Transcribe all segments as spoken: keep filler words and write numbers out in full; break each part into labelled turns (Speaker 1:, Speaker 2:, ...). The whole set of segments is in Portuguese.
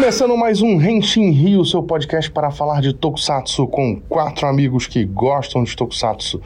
Speaker 1: Começando mais um Henshin Rio, seu podcast para falar de Tokusatsu com quatro amigos que gostam de Tokusatsu.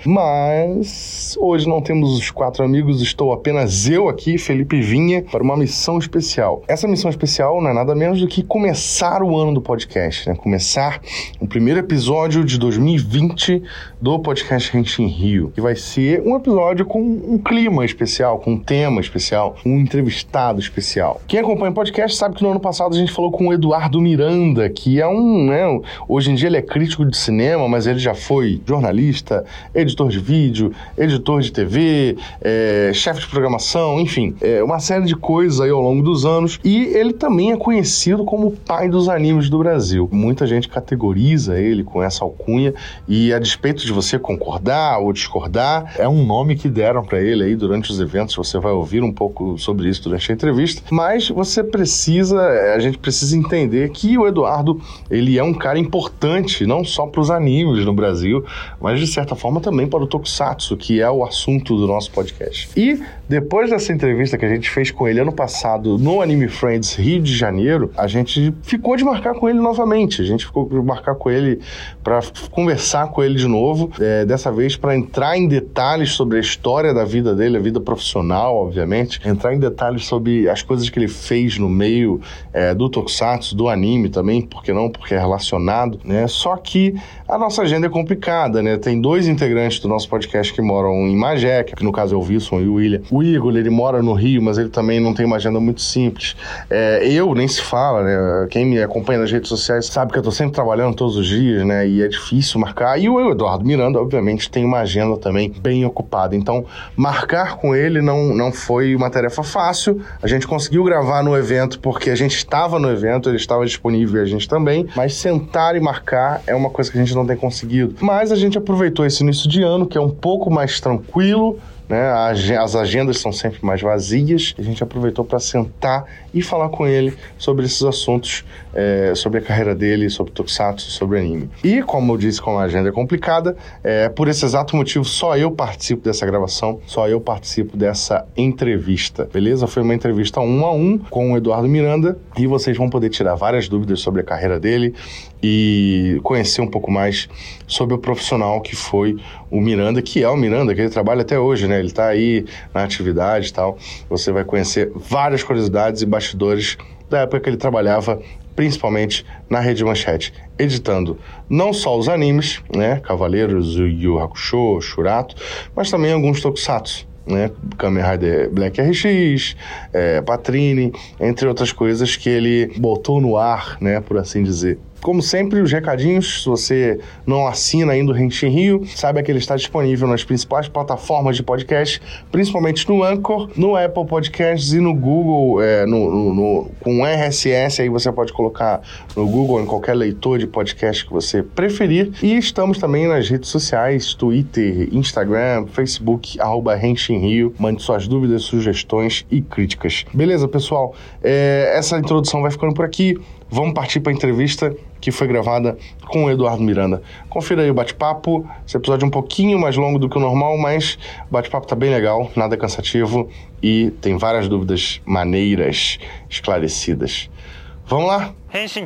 Speaker 1: Mas hoje não temos os quatro amigos, estou apenas eu aqui, Felipe Vinha, para uma missão especial. Essa missão especial não é nada menos do que começar o ano do podcast, né? Começar o primeiro episódio de dois mil e vinte do podcast Henshin Rio, que vai ser um episódio com um clima especial, com um tema especial, um entrevistado especial. Quem acompanha o podcast sabe que no ano passado a gente falou com o Eduardo Miranda, que é um, né, hoje em dia ele é crítico de cinema, mas ele já foi jornalista, editor de vídeo, editor de T V, é, chefe de programação, enfim, é, uma série de coisas aí ao longo dos anos, e ele também é conhecido como o pai dos animes do Brasil. Muita gente categoriza ele com essa alcunha, e a despeito de você concordar ou discordar, é um nome que deram para ele aí durante os eventos, você vai ouvir um pouco sobre isso durante a entrevista, mas você precisa, a gente precisa entender que o Eduardo, ele é um cara importante, não só para os animes no Brasil, mas de certa forma também para o Tokusatsu, que é o assunto do nosso podcast. E depois dessa entrevista que a gente fez com ele ano passado no Anime Friends Rio de Janeiro, a gente ficou de marcar com ele novamente, a gente ficou de marcar com ele para conversar com ele de novo, é, dessa vez para entrar em detalhes sobre a história da vida dele, a vida profissional, obviamente, entrar em detalhes sobre as coisas que ele fez no meio é, do Tokusatsu, do anime também, por que não? Porque é relacionado, né? Só que a nossa agenda é complicada, né? Tem dois integrantes do nosso podcast que moram em Magé, que no caso é o Wilson e o William. O Igor, ele mora no Rio, mas ele também não tem uma agenda muito simples. É, eu, nem se fala, né? Quem me acompanha nas redes sociais sabe que eu tô sempre trabalhando todos os dias, né? E é difícil marcar. E o Eduardo Miranda, obviamente, tem uma agenda também bem ocupada. Então, marcar com ele não, não foi uma tarefa fácil. A gente conseguiu gravar no evento porque a gente estava no evento, ele estava disponível e a gente também, mas sentar e marcar é uma coisa que a gente não tem conseguido. Mas a gente aproveitou esse início de ano, que é um pouco mais tranquilo, né? As agendas são sempre mais vazias, a gente aproveitou para sentar e falar com ele sobre esses assuntos, é, sobre a carreira dele, sobre Tokusatsu, sobre anime. E, como eu disse, como a agenda é complicada, é, por esse exato motivo, só eu participo dessa gravação, só eu participo dessa entrevista, beleza? Foi uma entrevista um a um com o Eduardo Miranda e vocês vão poder tirar várias dúvidas sobre a carreira dele e conhecer um pouco mais sobre o profissional que foi o Miranda, que é o Miranda, que ele trabalha até hoje, né? Ele tá aí na atividade e tal. Você vai conhecer várias curiosidades e bastidores da época que ele trabalhava, principalmente na Rede Manchete, editando não só os animes, né? Cavaleiros, Yu Yu Hakusho, Shurato, mas também alguns Tokusatsu, né? Kamen Rider Black R X, é, Patrine, entre outras coisas que ele botou no ar, né? Por assim dizer. Como sempre, os recadinhos, se você não assina ainda o Henshin Rio, saiba que ele está disponível nas principais plataformas de podcast, principalmente no Anchor, no Apple Podcasts e no Google, é, no, no, no, com R S S, aí você pode colocar no Google, em qualquer leitor de podcast que você preferir. E estamos também nas redes sociais, Twitter, Instagram, Facebook, arroba Henshin Rio. Mande suas dúvidas, sugestões e críticas. Beleza, pessoal? É, essa introdução vai ficando por aqui. Vamos partir para a entrevista que foi gravada com o Eduardo Miranda. Confira aí o bate-papo. Esse episódio é um pouquinho mais longo do que o normal, mas o bate-papo tá bem legal, nada cansativo e tem várias dúvidas maneiras esclarecidas. Vamos lá? Henshin!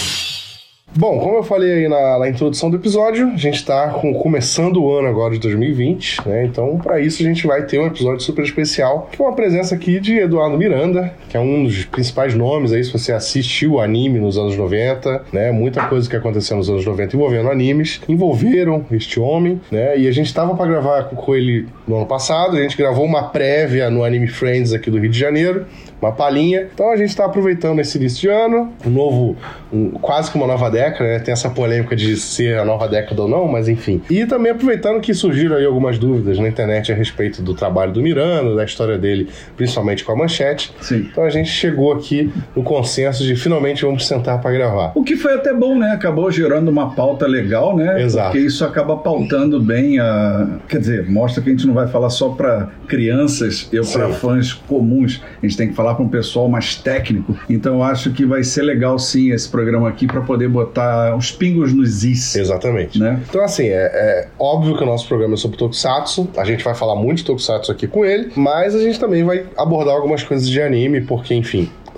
Speaker 1: Bom, como eu falei aí na, na introdução do episódio, a gente está começando o ano agora de dois mil e vinte, né? Então, para isso, a gente vai ter um episódio super especial, que é uma presença aqui de Eduardo Miranda, que é um dos principais nomes aí, se você assistiu o anime nos anos noventa, né? Muita coisa que aconteceu nos anos noventa envolvendo animes, envolveram este homem, né? E a gente estava para gravar com ele no ano passado, a gente gravou uma prévia no Anime Friends aqui do Rio de Janeiro, uma palhinha. Então a gente está aproveitando esse início de ano, um novo, um, quase que uma nova década, né? Tem essa polêmica de ser a nova década ou não, mas enfim. E também aproveitando que surgiram aí algumas dúvidas na internet a respeito do trabalho do Miranda, da história dele, principalmente com a Manchete.
Speaker 2: Sim.
Speaker 1: Então a gente chegou aqui no consenso de finalmente vamos sentar para gravar.
Speaker 2: O que foi até bom, né? Acabou gerando uma pauta legal, né?
Speaker 1: Exato.
Speaker 2: Porque isso acaba pautando bem a... Quer dizer, mostra que a gente não vai falar só para crianças ou para fãs comuns. A gente tem que falar para um pessoal mais técnico. Então eu acho que vai ser legal sim esse programa aqui para poder botar os pingos nos is.
Speaker 1: Exatamente.
Speaker 2: Né?
Speaker 1: Então assim, é, é óbvio que o nosso programa é sobre Tokusatsu. A gente vai falar muito de Tokusatsu aqui com ele, mas a gente também vai abordar algumas coisas de anime, porque enfim,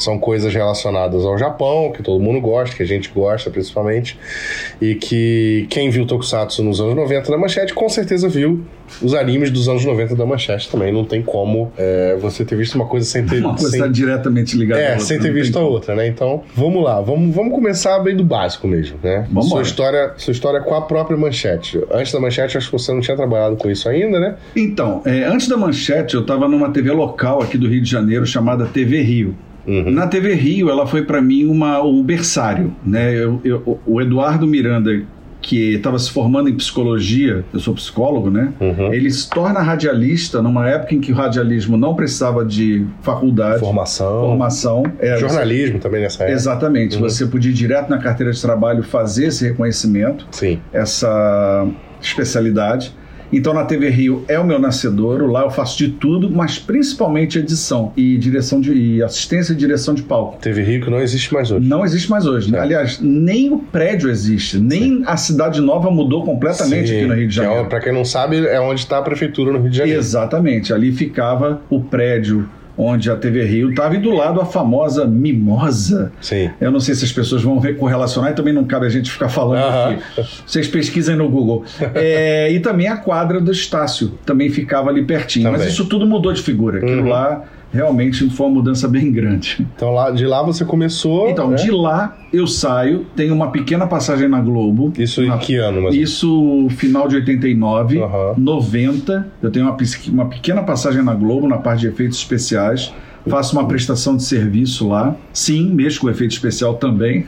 Speaker 1: são coisas relacionadas ao Japão, que todo mundo gosta, que a gente gosta principalmente, e que quem viu Tokusatsu nos anos noventa da Manchete, com certeza viu os animes dos anos noventa da Manchete também. Não tem como é, você ter visto uma coisa sem ter...
Speaker 2: Uma coisa
Speaker 1: sem,
Speaker 2: tá diretamente ligada
Speaker 1: é,
Speaker 2: à outra.
Speaker 1: sem ter visto a outra, né? Então, vamos lá. Vamos, vamos começar bem do básico mesmo, né?
Speaker 2: Vamos
Speaker 1: sua
Speaker 2: embora.
Speaker 1: história, sua história com a própria Manchete. Antes da Manchete, acho que você não tinha trabalhado com isso ainda, né?
Speaker 2: Então, é, antes da Manchete, eu estava numa T V local aqui do Rio de Janeiro, chamada T V Rio. Uhum. Na T V Rio, ela foi para mim uma, um berçário, né? Eu, eu, o Eduardo Miranda, que estava se formando em psicologia, eu sou psicólogo, né? Uhum. Ele se torna radialista numa época em que o radialismo não precisava de faculdade.
Speaker 1: Formação.
Speaker 2: Formação. É,
Speaker 1: jornalismo
Speaker 2: você,
Speaker 1: também nessa época.
Speaker 2: Exatamente. Uhum. Você podia ir direto na carteira de trabalho fazer esse reconhecimento.
Speaker 1: Sim.
Speaker 2: Essa especialidade. Então, na T V Rio é o meu nascedouro, lá eu faço de tudo, mas principalmente edição e direção de e assistência e direção de palco.
Speaker 1: T V Rio que não existe mais hoje.
Speaker 2: Não existe mais hoje. É. Aliás, nem o prédio existe, nem Sim. a Cidade Nova mudou completamente Sim. aqui no Rio de Janeiro.
Speaker 1: É, para quem não sabe, é onde está a prefeitura no Rio de Janeiro.
Speaker 2: Exatamente, ali ficava o prédio onde a T V Rio estava, e do lado a famosa Mimosa.
Speaker 1: Sim.
Speaker 2: Eu não sei se as pessoas vão correlacionar, e também não cabe a gente ficar falando
Speaker 1: uh-huh.
Speaker 2: aqui. Vocês pesquisem no Google. É, e também a quadra do Estácio, também ficava ali pertinho. Também. Mas isso tudo mudou de figura. Aquilo uhum. lá realmente foi uma mudança bem grande.
Speaker 1: Então lá, de lá você começou...
Speaker 2: Então, né? De lá eu saio, tenho uma pequena passagem na Globo.
Speaker 1: Isso
Speaker 2: na,
Speaker 1: em que ano? Mas...
Speaker 2: Isso final de oitenta e nove,
Speaker 1: uhum.
Speaker 2: noventa. Eu tenho uma, uma pequena passagem na Globo, na parte de efeitos especiais. Faço uma prestação de serviço lá. Sim, mexo com efeito especial também.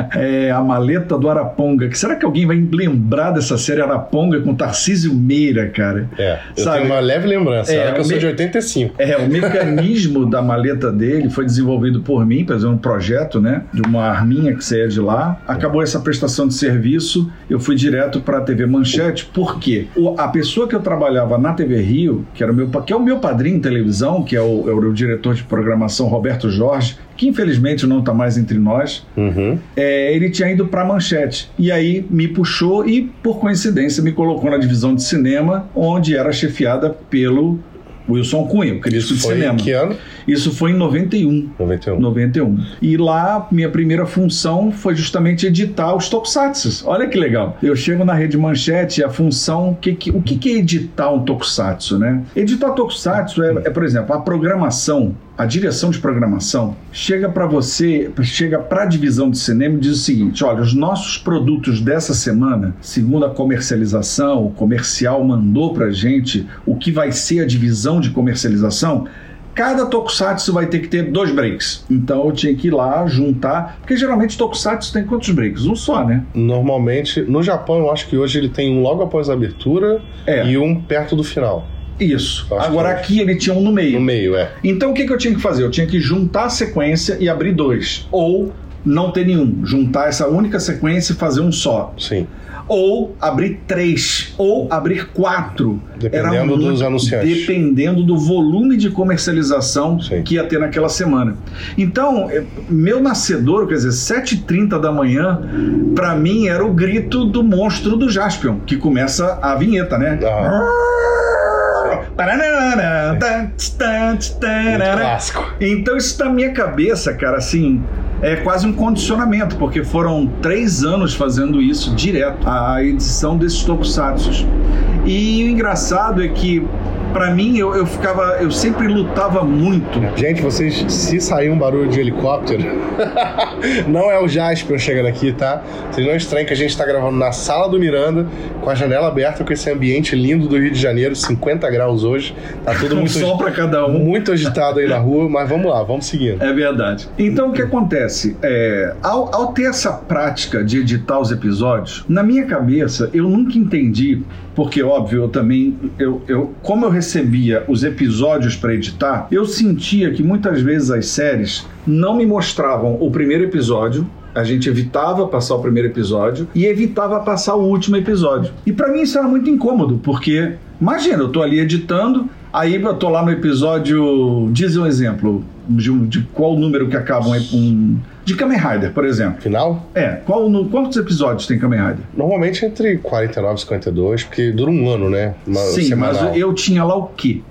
Speaker 2: É a Maleta do Araponga. Que será que alguém vai lembrar dessa série Araponga com Tarcísio Meira, cara?
Speaker 1: É, eu Sabe? tenho uma leve lembrança. É, é que eu sou
Speaker 2: me...
Speaker 1: de oitenta e cinco.
Speaker 2: É, o mecanismo da maleta dele foi desenvolvido por mim, para fazer um projeto, né? De uma arminha que saía de lá. Acabou essa prestação de serviço, eu fui direto para a T V Manchete. Por quê? O, a pessoa que eu trabalhava na T V Rio, que, era o meu, que é o meu padrinho em televisão, que é o, é o diretor de programação Roberto Jorge, que infelizmente não está mais entre nós,
Speaker 1: uhum.
Speaker 2: é, ele tinha ido para a Manchete. E aí me puxou e, por coincidência, me colocou na divisão de cinema, onde era chefiada pelo Wilson Cunha, o crítico de cinema.
Speaker 1: Que ano?
Speaker 2: Isso foi em noventa e um.
Speaker 1: noventa e um.
Speaker 2: noventa e um. E lá, minha primeira função foi justamente editar os Tokusatsu. Olha que legal. Eu chego na Rede Manchete, a função... Que, que, o que, que é editar um Tokusatsu, né? Editar Tokusatsu é, é, por exemplo, a programação, a direção de programação, chega para você, chega para a divisão de cinema e diz o seguinte: olha, os nossos produtos dessa semana, segundo a comercialização, o comercial mandou pra gente o que vai ser a divisão de comercialização. Cada Tokusatsu vai ter que ter dois breaks. Então eu tinha que ir lá juntar, porque geralmente Tokusatsu tem quantos breaks? Um só, né?
Speaker 1: Normalmente, no Japão eu acho que hoje ele tem um logo após a abertura é. e um perto do final.
Speaker 2: Isso. Agora aqui ele tinha um no meio.
Speaker 1: No meio, é.
Speaker 2: Então o que, que eu tinha que fazer? Eu tinha que juntar a sequência e abrir dois. Ou não ter nenhum. Juntar essa única sequência e fazer um só.
Speaker 1: Sim.
Speaker 2: Ou abrir três, ou abrir quatro.
Speaker 1: Dependendo
Speaker 2: Era muito,
Speaker 1: dos anunciantes.
Speaker 2: Dependendo do volume de comercialização Sim. que ia ter naquela semana. Então, meu nascedouro, quer dizer, sete e trinta da manhã, pra mim era o grito do monstro do Jaspion, que começa a vinheta, né?
Speaker 1: Ah.
Speaker 2: Muito clássico. Então isso na minha cabeça, cara, assim, é quase um condicionamento, porque foram três anos fazendo isso direto, a edição desses Tokusatsu. E o engraçado é que, pra mim, eu, eu ficava, eu sempre lutava muito.
Speaker 1: Gente, vocês, se sair um barulho de helicóptero, não é o Jaspion chegando aqui, tá? Vocês não estranhem que a gente tá gravando na sala do Miranda, com a janela aberta, com esse ambiente lindo do Rio de Janeiro, cinquenta graus hoje, tá tudo muito,
Speaker 2: sol pra cada um.
Speaker 1: Muito agitado aí na rua, mas vamos lá, vamos seguindo.
Speaker 2: É verdade. Então o que acontece? É, ao, ao ter essa prática de editar os episódios, na minha cabeça eu nunca entendi, porque óbvio, eu também, eu, eu, como eu recebia os episódios para editar, eu sentia que muitas vezes as séries não me mostravam o primeiro episódio. A gente evitava passar o primeiro episódio e evitava passar o último episódio. E pra mim isso era muito incômodo, porque, imagina, eu tô ali editando, aí eu tô lá no episódio, diz um exemplo, de, de qual número que acaba um, um... De Kamen Rider, por exemplo.
Speaker 1: Final?
Speaker 2: É. Qual, no, quantos episódios tem Kamen Rider?
Speaker 1: Normalmente entre quarenta e nove e cinquenta e dois, porque dura um ano, né? Uma
Speaker 2: Sim,
Speaker 1: semanal.
Speaker 2: Mas eu tinha lá o quê?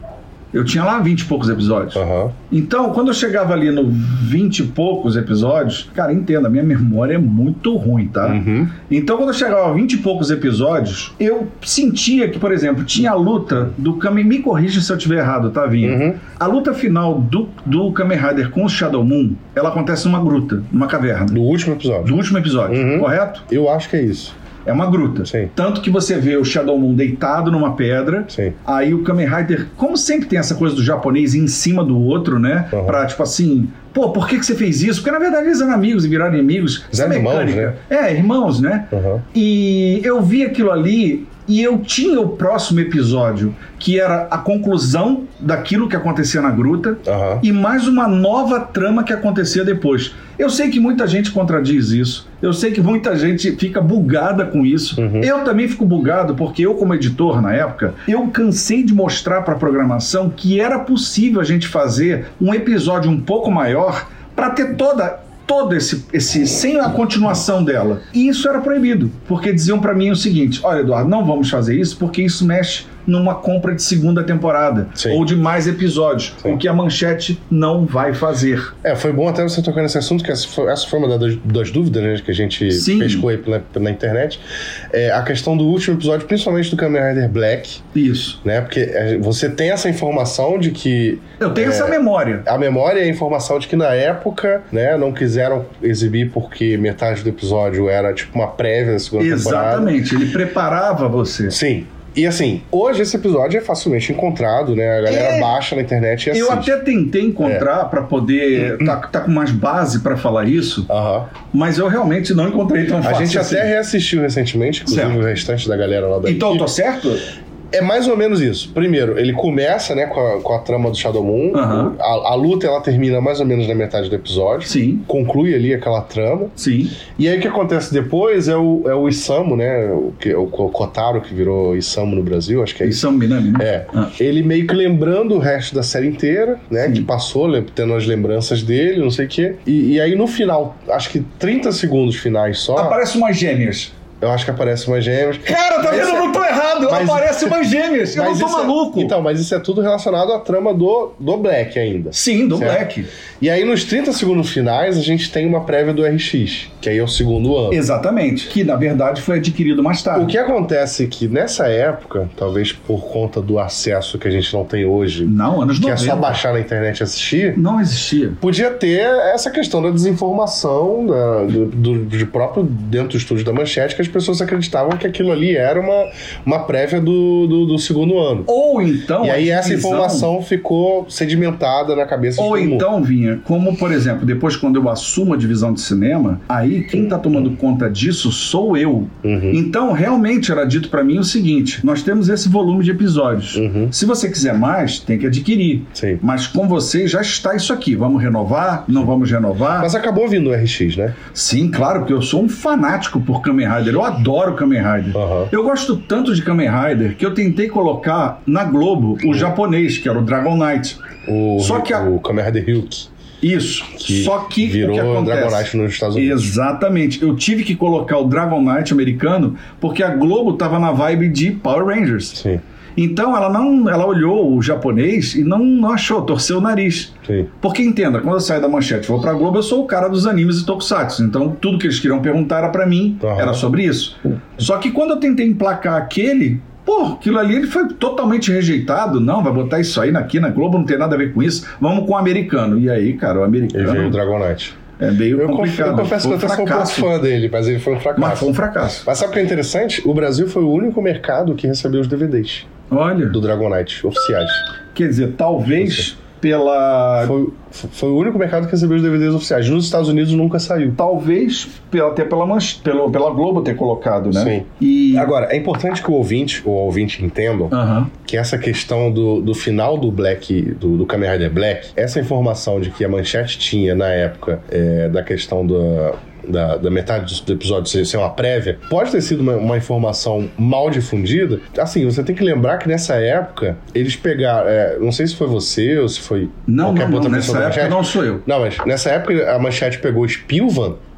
Speaker 2: Eu tinha lá vinte e poucos episódios.
Speaker 1: Uhum.
Speaker 2: Então, quando eu chegava ali no vinte e poucos episódios, cara, entenda, a minha memória é muito ruim, tá?
Speaker 1: Uhum.
Speaker 2: Então, quando eu chegava a vinte e poucos episódios, eu sentia que, por exemplo, tinha a luta do Kamen... Me corrija se eu estiver errado, tá, Vinho?
Speaker 1: Uhum.
Speaker 2: A luta final do, do Kamen Rider com o Shadow Moon, ela acontece numa gruta, numa caverna.
Speaker 1: Do último episódio.
Speaker 2: Do último episódio,
Speaker 1: Uhum.
Speaker 2: correto?
Speaker 1: Eu acho que é isso.
Speaker 2: É uma gruta.
Speaker 1: Sim.
Speaker 2: Tanto que você vê o Shadow Moon deitado numa pedra.
Speaker 1: Sim.
Speaker 2: Aí o Kamen Rider, como sempre tem essa coisa do japonês em cima do outro, né?
Speaker 1: Uhum.
Speaker 2: Pra, tipo assim, pô, por que, que você fez isso? Porque na verdade eles eram amigos e viraram inimigos.
Speaker 1: Eles eram irmãos, né?
Speaker 2: É, irmãos, né?
Speaker 1: Uhum.
Speaker 2: E eu vi aquilo ali e eu tinha o próximo episódio, que era a conclusão daquilo que acontecia na gruta,
Speaker 1: Uhum.
Speaker 2: e mais uma nova trama que acontecia depois. Eu sei que muita gente contradiz isso, eu sei que muita gente fica bugada com isso.
Speaker 1: Uhum.
Speaker 2: Eu também fico bugado porque eu, como editor na época, eu cansei de mostrar para a programação que era possível a gente fazer um episódio um pouco maior para ter toda... todo esse, esse, sem a continuação dela. E isso era proibido, porque diziam pra mim o seguinte: olha, Eduardo, não vamos fazer isso porque isso mexe numa compra de segunda temporada.
Speaker 1: Sim.
Speaker 2: Ou de mais episódios,
Speaker 1: Sim.
Speaker 2: o que a Manchete não vai fazer.
Speaker 1: É, foi bom até você tocar nesse assunto, que essa foi, essa foi uma das, das dúvidas, né, que a gente
Speaker 2: Sim.
Speaker 1: pescou aí na, na internet. É, a questão do último episódio, principalmente do Kamen Rider Black,
Speaker 2: Isso.
Speaker 1: né, porque é, você tem essa informação de que...
Speaker 2: Eu tenho
Speaker 1: é,
Speaker 2: essa memória.
Speaker 1: A memória e a informação de que na época, né, não quiseram exibir porque metade do episódio era tipo uma prévia da segunda temporada.
Speaker 2: Exatamente, ele preparava você.
Speaker 1: Sim. E assim, hoje esse episódio é facilmente encontrado, né? A galera
Speaker 2: É.
Speaker 1: baixa na internet e assiste.
Speaker 2: Eu até tentei encontrar pra poder tá, tá com mais base pra falar isso,
Speaker 1: Aham.
Speaker 2: mas eu realmente não encontrei tão
Speaker 1: A
Speaker 2: fácil
Speaker 1: gente
Speaker 2: assim.
Speaker 1: até reassistiu recentemente, inclusive
Speaker 2: Certo.
Speaker 1: o restante da galera lá da
Speaker 2: Então, eu
Speaker 1: equipe.
Speaker 2: tô certo?
Speaker 1: É mais ou menos isso. Primeiro, ele começa, né, com a, com a trama do Shadow Moon.
Speaker 2: Aham.
Speaker 1: A, a luta, ela termina mais ou menos na metade do episódio.
Speaker 2: Sim,
Speaker 1: Conclui ali aquela trama.
Speaker 2: sim.
Speaker 1: E aí o que acontece depois é o, é o Isamu, né? O, que, o Kotaro, que virou Isamu no Brasil, acho que é
Speaker 2: Eles
Speaker 1: isso.
Speaker 2: são Minami, né?
Speaker 1: É.
Speaker 2: Ah.
Speaker 1: Ele meio que lembrando o resto da série inteira, né?
Speaker 2: Sim.
Speaker 1: Que passou, lem- tendo as lembranças dele, não sei o quê. E, e aí no final, acho que trinta segundos finais só,
Speaker 2: Aparece umas gêmeas.
Speaker 1: eu acho que aparece umas gêmeas.
Speaker 2: Cara, tá
Speaker 1: Mas
Speaker 2: vendo?
Speaker 1: isso
Speaker 2: Eu
Speaker 1: é-
Speaker 2: não tô errado.
Speaker 1: mas-
Speaker 2: Aparece umas gêmeas. Eu não
Speaker 1: Mas
Speaker 2: tô
Speaker 1: isso é-
Speaker 2: maluco.
Speaker 1: Então, mas isso é tudo relacionado à trama do, do Black ainda.
Speaker 2: Sim, do
Speaker 1: Certo.
Speaker 2: Black.
Speaker 1: E aí nos trinta segundos finais, a gente tem uma prévia do R X, que aí é o segundo ano.
Speaker 2: Exatamente. Que, na verdade, foi adquirido mais tarde.
Speaker 1: O que acontece é que nessa época, talvez por conta do acesso que a gente não tem hoje,
Speaker 2: Não, anos
Speaker 1: que é
Speaker 2: noventa.
Speaker 1: só baixar na internet e assistir,
Speaker 2: Não existia.
Speaker 1: podia ter essa questão da desinformação da, do, do, de próprio dentro do estúdio da Manchete, que as pessoas acreditavam que aquilo ali era uma, uma prévia do, do, do segundo ano.
Speaker 2: Ou então...
Speaker 1: E aí
Speaker 2: a
Speaker 1: essa
Speaker 2: divisão-
Speaker 1: informação ficou sedimentada na cabeça de
Speaker 2: Ou
Speaker 1: todo mundo.
Speaker 2: então, Vinha, como, por exemplo, depois quando eu assumo a divisão de cinema, aí quem tá tomando conta disso sou eu.
Speaker 1: Uhum.
Speaker 2: Então, realmente era dito pra mim o seguinte: nós temos esse volume de episódios.
Speaker 1: Uhum.
Speaker 2: Se você quiser mais, tem que adquirir.
Speaker 1: Sim.
Speaker 2: Mas com você já está isso aqui. Vamos renovar? Não vamos renovar?
Speaker 1: Mas acabou vindo o R X, né?
Speaker 2: Sim, claro, porque eu sou um fanático por Kamen Rider. Eu adoro Kamen Rider.
Speaker 1: Aham.
Speaker 2: Eu gosto tanto de Kamen Rider que eu tentei colocar na Globo o japonês, que era o Dragon Knight.
Speaker 1: O,
Speaker 2: Só que a-
Speaker 1: o Kamen Rider Hyuk,
Speaker 2: Isso.
Speaker 1: que
Speaker 2: Só que
Speaker 1: virou
Speaker 2: o que acontece?
Speaker 1: Dragon Knight nos Estados Unidos.
Speaker 2: Exatamente. Eu tive que colocar o Dragon Knight americano porque a Globo tava na vibe de Power Rangers.
Speaker 1: Sim,
Speaker 2: Então ela não, ela olhou o japonês e não, não achou, torceu o nariz.
Speaker 1: sim.
Speaker 2: Porque entenda, quando eu saio da Manchete e vou pra Globo, eu sou o cara dos animes e tokusatsu. Então tudo que eles queriam perguntar era pra mim,
Speaker 1: Aham.
Speaker 2: era sobre isso. Só que quando eu tentei emplacar aquele, pô, aquilo ali ele foi totalmente rejeitado. Não, vai botar isso aí aqui na Globo, não tem nada a ver com isso. Vamos com o americano. E aí, cara, o
Speaker 1: Ele
Speaker 2: americano
Speaker 1: veio o Dragon Knight.
Speaker 2: é meio
Speaker 1: Eu, conf-
Speaker 2: complicado.
Speaker 1: eu confesso que
Speaker 2: Foi
Speaker 1: eu até sou um pouco
Speaker 2: fracasso.
Speaker 1: fã dele, mas ele foi um fracasso.
Speaker 2: Mas foi um fracasso.
Speaker 1: Mas sabe o que é interessante? O Brasil foi o único mercado que recebeu os D V Ds
Speaker 2: Olha,
Speaker 1: do Dragon Knight, oficiais.
Speaker 2: quer dizer, talvez pela...
Speaker 1: Foi, foi o único mercado que recebeu os D V Ds oficiais. Nos Estados Unidos nunca saiu.
Speaker 2: Talvez pela, até pela, manche, pela, pela Globo ter colocado, né?
Speaker 1: Sim.
Speaker 2: E...
Speaker 1: Agora, é importante que o ouvinte, o ouvinte entendam
Speaker 2: Aham.
Speaker 1: que essa questão do, do final do Black, do, do Kamen Rider Black, essa informação de que a Manchete tinha na época é, da questão do, da, da metade do episódio ser, ser uma prévia, pode ter sido uma, uma informação mal difundida. Assim, você tem que lembrar que nessa época eles pegaram, é, não sei se foi você ou se foi
Speaker 2: Não,
Speaker 1: qualquer
Speaker 2: não, não,
Speaker 1: outra
Speaker 2: nessa
Speaker 1: pessoa da
Speaker 2: época
Speaker 1: Manchete.
Speaker 2: não sou eu.
Speaker 1: Não, mas nessa época a Manchete pegou Spilvan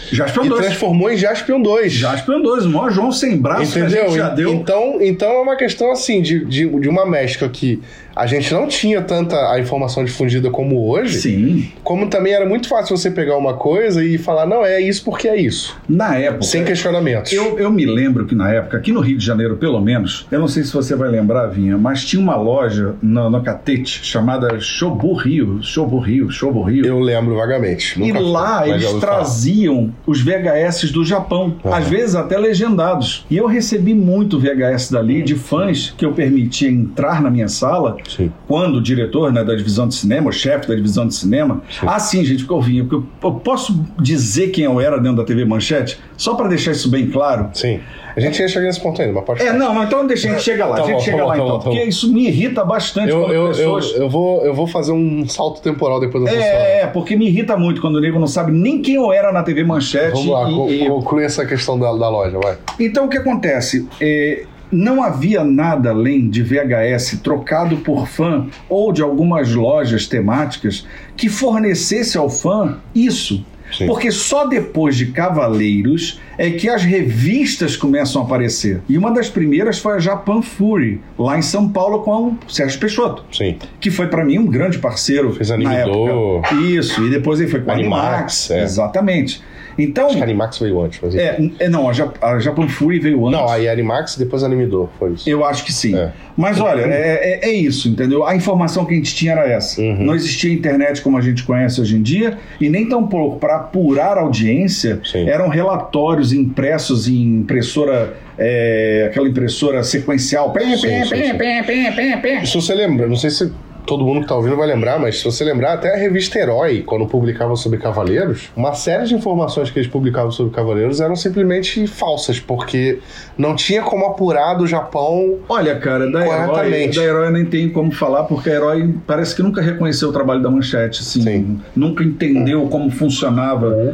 Speaker 2: Jaspion
Speaker 1: e
Speaker 2: dois.
Speaker 1: transformou em Jaspion dois.
Speaker 2: Jaspion dois, o maior João sem braço.
Speaker 1: Entendeu?
Speaker 2: Que a gente já deu.
Speaker 1: Então, então é uma questão assim de, de, de uma mescla que a gente não tinha tanta a informação difundida como hoje.
Speaker 2: Sim.
Speaker 1: Como também era muito fácil você pegar uma coisa e falar, não, é isso porque é isso.
Speaker 2: Na época...
Speaker 1: Sem questionamentos.
Speaker 2: Eu, eu me lembro que na época, aqui no Rio de Janeiro, pelo menos, eu não sei se você vai lembrar, Vinha, mas tinha uma loja no, no Catete chamada Shobu Rio. Shobu Rio, Shobu Rio.
Speaker 1: Eu lembro vagamente.
Speaker 2: E
Speaker 1: Nunca
Speaker 2: lá
Speaker 1: fui,
Speaker 2: eles traziam os V H S do Japão, uhum. às vezes até legendados. E eu recebi muito V H S dali de fãs que eu permitia entrar na minha sala.
Speaker 1: Sim.
Speaker 2: Quando o diretor, né, da divisão de cinema, o chefe da divisão de cinema, sim. ah, sim, gente, porque eu vinha, porque eu, eu posso dizer quem eu era dentro da T V Manchete, só para deixar isso bem claro.
Speaker 1: Sim. A gente ia chegar nesse ponto ainda, mas pode
Speaker 2: É, não, mas então deixa a gente chegar lá, tá a gente bom, chega tá lá bom, então, tá porque isso me irrita bastante
Speaker 1: eu,
Speaker 2: quando
Speaker 1: eu,
Speaker 2: pessoas...
Speaker 1: Eu, eu, vou, eu vou fazer um salto temporal depois da pessoa.
Speaker 2: É, é, porque me irrita muito quando o nego não sabe nem quem eu era na T V Manchete.
Speaker 1: Vamos lá,
Speaker 2: e,
Speaker 1: conclui e... essa questão da, da loja, vai.
Speaker 2: Então, o que acontece? É... Não havia nada além de V H S trocado por fã ou de algumas lojas temáticas que fornecesse ao fã isso. Sim. Porque só depois de Cavaleiros é que as revistas começam a aparecer. E uma das primeiras foi a Japan Fury, lá em São Paulo, com o Sérgio Peixoto.
Speaker 1: Sim.
Speaker 2: Que foi para mim um grande parceiro.
Speaker 1: Fez
Speaker 2: na
Speaker 1: animador.
Speaker 2: época. Isso, e depois ele foi com a Animax. Animax é. Exatamente. Então,
Speaker 1: acho que a Animax veio antes. Mas
Speaker 2: é, é, não, a, Jap a Japan Fury veio antes.
Speaker 1: Não, aí a Animax e depois a Animidor, foi isso.
Speaker 2: Eu acho que sim.
Speaker 1: É.
Speaker 2: Mas olha, é, é, é isso, entendeu? A informação que a gente tinha era essa.
Speaker 1: Uhum.
Speaker 2: Não existia internet como a gente conhece hoje em dia, e nem tampouco para apurar a audiência, sim. eram relatórios impressos em impressora, é, aquela impressora sequencial. Pé,
Speaker 1: sim,
Speaker 2: pé,
Speaker 1: sim,
Speaker 2: pé,
Speaker 1: sim.
Speaker 2: pé, pé, pé, pé.
Speaker 1: Se você lembra, não sei se todo mundo que tá ouvindo vai lembrar, mas se você lembrar, até a revista Herói, quando publicava sobre Cavaleiros, uma série de informações que eles publicavam sobre Cavaleiros eram simplesmente falsas, porque não tinha como apurar do Japão.
Speaker 2: Olha, cara, da Herói, da Herói eu nem tenho como falar, porque a Herói parece que nunca reconheceu o trabalho da Manchete, assim,
Speaker 1: sim.
Speaker 2: nunca entendeu uhum. como funcionava. Uhum.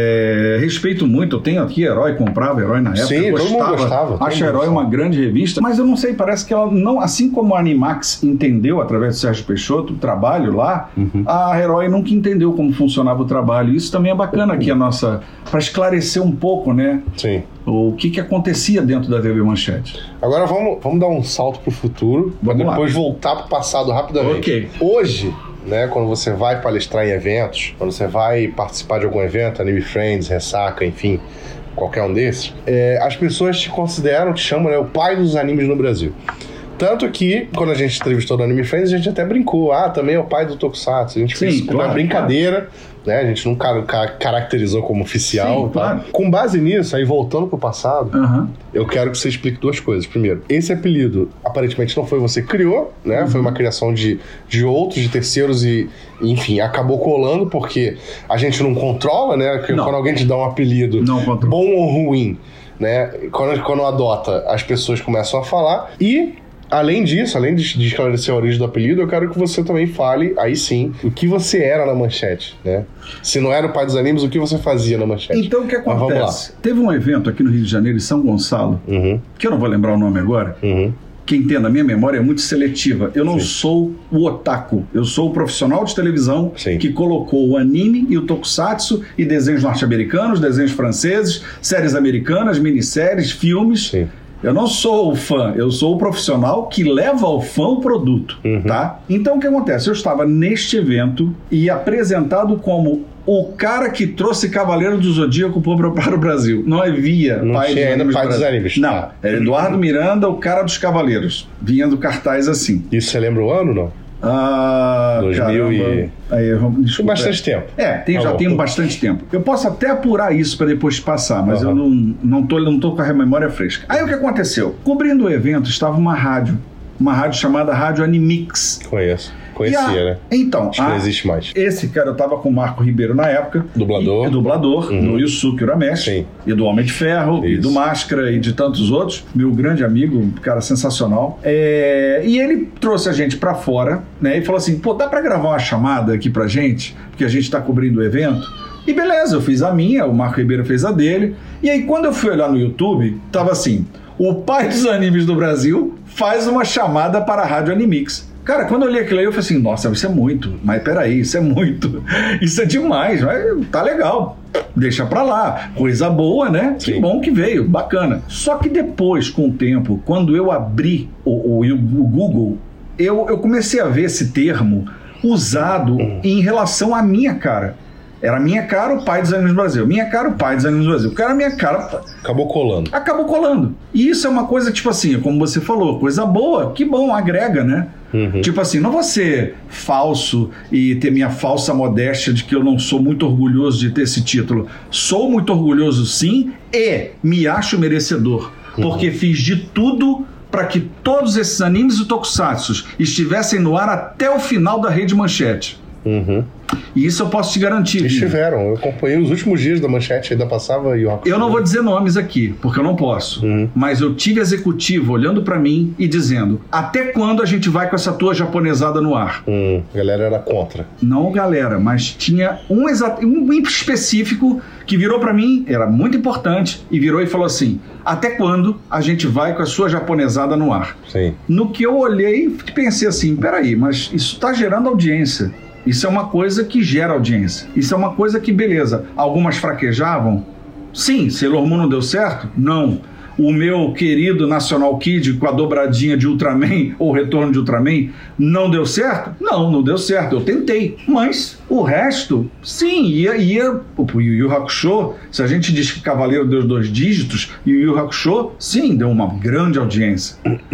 Speaker 2: É, respeito muito, eu tenho aqui Herói, comprava Herói na época,
Speaker 1: sim,
Speaker 2: gostava,
Speaker 1: todo mundo gostava.
Speaker 2: Acho a Herói uma grande revista, mas eu não sei, parece que ela não, assim como a Animax entendeu através do Sérgio Peixoto o trabalho lá, uhum. a Herói nunca entendeu como funcionava o trabalho. Isso também é bacana aqui a nossa, para esclarecer um pouco, né?
Speaker 1: Sim.
Speaker 2: O que, que acontecia dentro da T V Manchete.
Speaker 1: Agora vamos, vamos dar um salto pro futuro, para depois lá. voltar pro passado rapidamente.
Speaker 2: Ok.
Speaker 1: Hoje, né, quando você vai palestrar em eventos, quando você vai participar de algum evento, Anime Friends, Ressaca, enfim, qualquer um desses, é, as pessoas te consideram, te chamam, né, o pai dos animes no Brasil. Tanto que, quando a gente entrevistou no Anime Friends, a gente até brincou. Ah, também é o pai do Tokusatsu. A gente
Speaker 2: Sim,
Speaker 1: fez
Speaker 2: claro,
Speaker 1: uma brincadeira,
Speaker 2: claro.
Speaker 1: né? A gente não car car caracterizou como oficial.
Speaker 2: Sim, claro.
Speaker 1: Com base nisso, aí voltando pro passado,
Speaker 2: uhum.
Speaker 1: eu quero que você explique duas coisas. Primeiro, esse apelido, aparentemente, não foi você que criou, né? Uhum. Foi uma criação de, de outros, de terceiros e, enfim, acabou colando porque a gente não controla, né? Porque
Speaker 2: não.
Speaker 1: Quando alguém te dá um apelido, bom ou ruim, né? Quando, quando adota, as pessoas começam a falar e... Além disso, além de esclarecer a origem do apelido, eu quero que você também fale, aí sim, o que você era na Manchete, né? Se não era o pai dos animes, o que você fazia na Manchete?
Speaker 2: Então, o que acontece? Mas vamos lá. Teve um evento aqui no Rio de Janeiro, em São Gonçalo,
Speaker 1: uhum.
Speaker 2: que eu não vou lembrar o nome agora,
Speaker 1: uhum.
Speaker 2: que entenda, a minha memória é muito seletiva. Eu não
Speaker 1: sim.
Speaker 2: sou o otaku, eu sou o profissional de televisão
Speaker 1: sim.
Speaker 2: que colocou o anime e o tokusatsu e desenhos norte-americanos, desenhos franceses, séries americanas, minisséries, filmes...
Speaker 1: Sim.
Speaker 2: Eu não sou o fã, eu sou o profissional que leva ao fã o produto,
Speaker 1: uhum.
Speaker 2: tá? Então o que acontece? Eu estava neste evento e apresentado como o cara que trouxe Cavaleiro do Zodíaco para o Brasil. Não havia
Speaker 1: não
Speaker 2: pai,
Speaker 1: tinha
Speaker 2: dos
Speaker 1: ainda pai dos animes.
Speaker 2: Não, era Eduardo Miranda, o cara dos Cavaleiros. Vinha do cartaz assim.
Speaker 1: Isso você lembra o ano, não?
Speaker 2: Ah,
Speaker 1: dois mil e...
Speaker 2: Aí, vamos,
Speaker 1: tem bastante tempo.
Speaker 2: É, tem,
Speaker 1: tá
Speaker 2: já
Speaker 1: bom.
Speaker 2: tem bastante tempo. Eu posso até apurar isso para depois passar, mas uhum. eu não, não, tô, não tô com a memória fresca. Aí o que aconteceu? Cobrindo o evento estava uma rádio, uma rádio chamada Rádio Animix.
Speaker 1: Conheço. Conhecia, a... né?
Speaker 2: Então,
Speaker 1: acho que não existe mais.
Speaker 2: Esse cara, eu tava com o Marco Ribeiro na época.
Speaker 1: Dublador.
Speaker 2: E, dublador,
Speaker 1: uhum.
Speaker 2: do Yusuke Urameshi.
Speaker 1: Sim.
Speaker 2: E do Homem de Ferro,
Speaker 1: isso.
Speaker 2: e do Máscara, e de tantos outros. Meu grande amigo, um cara sensacional. É... E ele trouxe a gente pra fora, né? E falou assim, pô, dá pra gravar uma chamada aqui pra gente? Porque a gente tá cobrindo o evento. E beleza, eu fiz a minha, o Marco Ribeiro fez a dele. E aí, quando eu fui olhar no YouTube, tava assim, o pai dos animes do Brasil faz uma chamada para a Rádio Animix. Cara, quando eu li aquilo aí, eu falei assim, nossa, isso é muito. Mas peraí, isso é muito. Isso é demais, mas tá legal. Deixa pra lá. Coisa boa, né? Sim. Que bom que veio, bacana. Só que depois, com o tempo, quando eu abri o, o, o Google, eu, eu comecei a ver esse termo usado hum. em relação à minha cara. Era minha cara, o pai dos animes do Brasil. Minha cara, o pai dos animes do Brasil. O cara, minha cara...
Speaker 1: Acabou colando.
Speaker 2: Acabou colando. E isso é uma coisa, tipo assim, como você falou, coisa boa, que bom, agrega, né? Uhum. Tipo assim, não vou ser falso e ter minha falsa modéstia de que eu não sou muito orgulhoso de ter esse título. Sou muito orgulhoso, sim, e me acho merecedor. Uhum. Porque fiz de tudo para que todos esses animes e tokusatsu estivessem no ar até o final da Rede Manchete.
Speaker 1: Uhum.
Speaker 2: E isso eu posso te garantir.
Speaker 1: Estiveram, eu acompanhei os últimos dias da Manchete, ainda passava e
Speaker 2: eu não vou dizer nomes aqui, porque eu não posso. Uhum. Mas eu tive executivo olhando pra mim e dizendo, até quando a gente vai com essa tua japonesada no ar?
Speaker 1: Hum, a galera era contra.
Speaker 2: Não galera, mas tinha um, exa- um específico que virou pra mim, era muito importante, e virou e falou assim, até quando a gente vai com a sua japonesada no ar?
Speaker 1: Sim.
Speaker 2: No que eu olhei e pensei assim, peraí, mas isso tá gerando audiência. Isso é uma coisa que gera audiência. Isso é uma coisa que, beleza, algumas fraquejavam? Sim. Sailor Moon não deu certo? Não. O meu querido National Kid com a dobradinha de Ultraman, ou Retorno de Ultraman, não deu certo? Não, não deu certo. Eu tentei. Mas o resto, sim, ia... ia o Yu Yu Hakusho, se a gente diz que Cavaleiro deu dois dígitos, Yu Yu Hakusho, sim, deu uma grande audiência.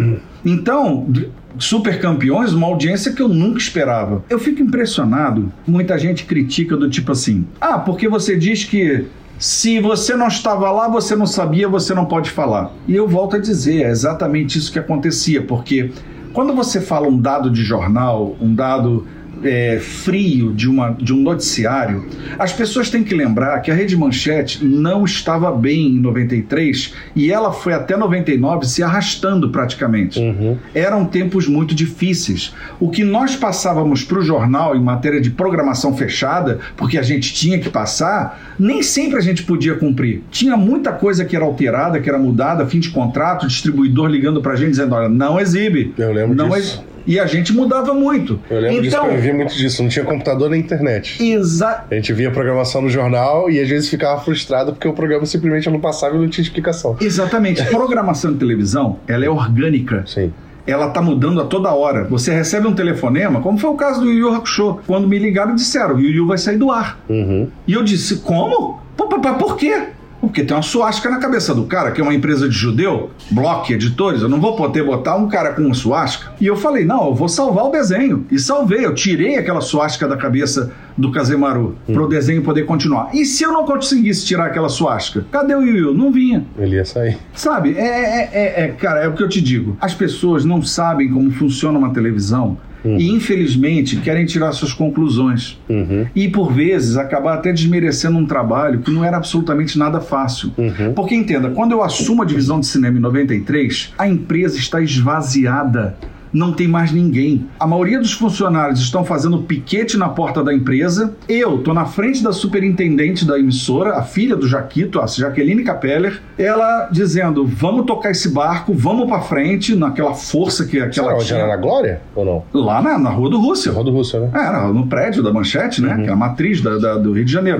Speaker 2: Então... Super Campeões, uma audiência que eu nunca esperava. Eu fico impressionado, muita gente critica do tipo assim, ah, porque você diz que se você não estava lá, você não sabia, você não pode falar. E eu volto a dizer, é exatamente isso que acontecia, porque quando você fala um dado de jornal, um dado... É, frio de, uma, de um noticiário, as pessoas têm que lembrar que a Rede Manchete não estava bem em noventa e três e ela foi até noventa e nove se arrastando praticamente. Uhum. Eram tempos muito difíceis. O que nós passávamos para o jornal em matéria de programação fechada, porque a gente tinha que passar, nem sempre a gente podia cumprir. Tinha muita coisa que era alterada, que era mudada, fim de contrato, distribuidor ligando para a gente dizendo, olha, não exibe.
Speaker 1: Eu lembro
Speaker 2: não
Speaker 1: disso.
Speaker 2: Ex... E a gente mudava muito.
Speaker 1: Eu lembro então, disso, eu via muito disso. Não tinha computador nem internet.
Speaker 2: Exato.
Speaker 1: A gente via a programação no jornal e às vezes ficava frustrado porque o programa simplesmente não passava e não tinha explicação.
Speaker 2: Exatamente. Programação de televisão, ela é orgânica.
Speaker 1: Sim.
Speaker 2: Ela tá mudando a toda hora. Você recebe um telefonema, como foi o caso do Yu Yu Hakusho. Quando me ligaram, disseram, o Yu Yu vai sair do ar. Uhum. E eu disse, como? Por, por, por quê? Porque tem uma suástica na cabeça do cara, que é uma empresa de judeu, Block Editores, eu não vou poder botar um cara com uma suástica. E eu falei, não, eu vou salvar o desenho. E salvei, eu tirei aquela suástica da cabeça do Kazemaru, hum. para o desenho poder continuar. E se eu não conseguisse tirar aquela suástica? Cadê o Yu Yu? Não vinha.
Speaker 1: Ele ia sair.
Speaker 2: Sabe, é, é, é, é, cara, é o que eu te digo. As pessoas não sabem como funciona uma televisão, uhum. e infelizmente querem tirar suas conclusões. Uhum. E por vezes acabar até desmerecendo um trabalho que não era absolutamente nada fácil. Uhum. Porque entenda, quando eu assumo a divisão de cinema em noventa e três, a empresa está esvaziada. Não tem mais ninguém. A maioria dos funcionários estão fazendo piquete na porta da empresa. Eu tô na frente da superintendente da emissora, a filha do Jaquito, a Jaqueline Capeller, ela dizendo, vamos tocar esse barco, vamos pra frente, naquela força que, que ela
Speaker 1: onde
Speaker 2: tinha.
Speaker 1: Era na Glória ou não?
Speaker 2: Lá na, na Rua do Rússia.
Speaker 1: Rua do Rússia, né?
Speaker 2: Era no prédio da Manchete, né?
Speaker 1: Uhum.
Speaker 2: Que é a matriz da, da, do Rio de Janeiro.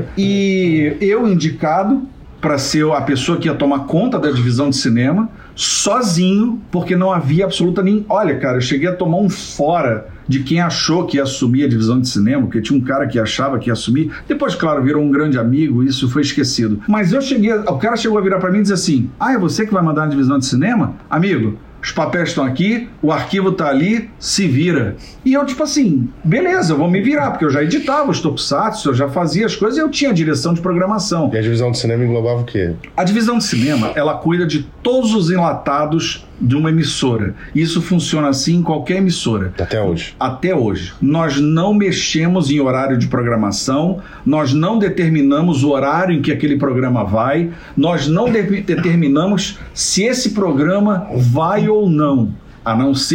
Speaker 2: E eu indicado para ser a pessoa que ia tomar conta da divisão de cinema, sozinho, porque não havia absoluta nem... Olha, cara, eu cheguei a tomar um fora de quem achou que ia assumir a divisão de cinema, porque tinha um cara que achava que ia assumir. Depois, claro, virou um grande amigo, isso foi esquecido. Mas eu cheguei... O cara chegou a virar para mim e dizer assim, ah, é você que vai mandar na divisão de cinema? Amigo, os papéis estão aqui, o arquivo tá ali, se vira. E eu, tipo assim, beleza, eu vou me virar, porque eu já editava os tokusatsu, eu já fazia as coisas e eu tinha direção de programação.
Speaker 1: E a divisão de cinema englobava o quê?
Speaker 2: A divisão de cinema, ela cuida de todos os enlatados de uma emissora. Isso funciona assim em qualquer emissora.
Speaker 1: Até hoje.
Speaker 2: Até hoje. Nós não mexemos em horário de programação, nós não determinamos o horário em que aquele programa vai, nós não de- determinamos se esse programa vai ou não. A não ser que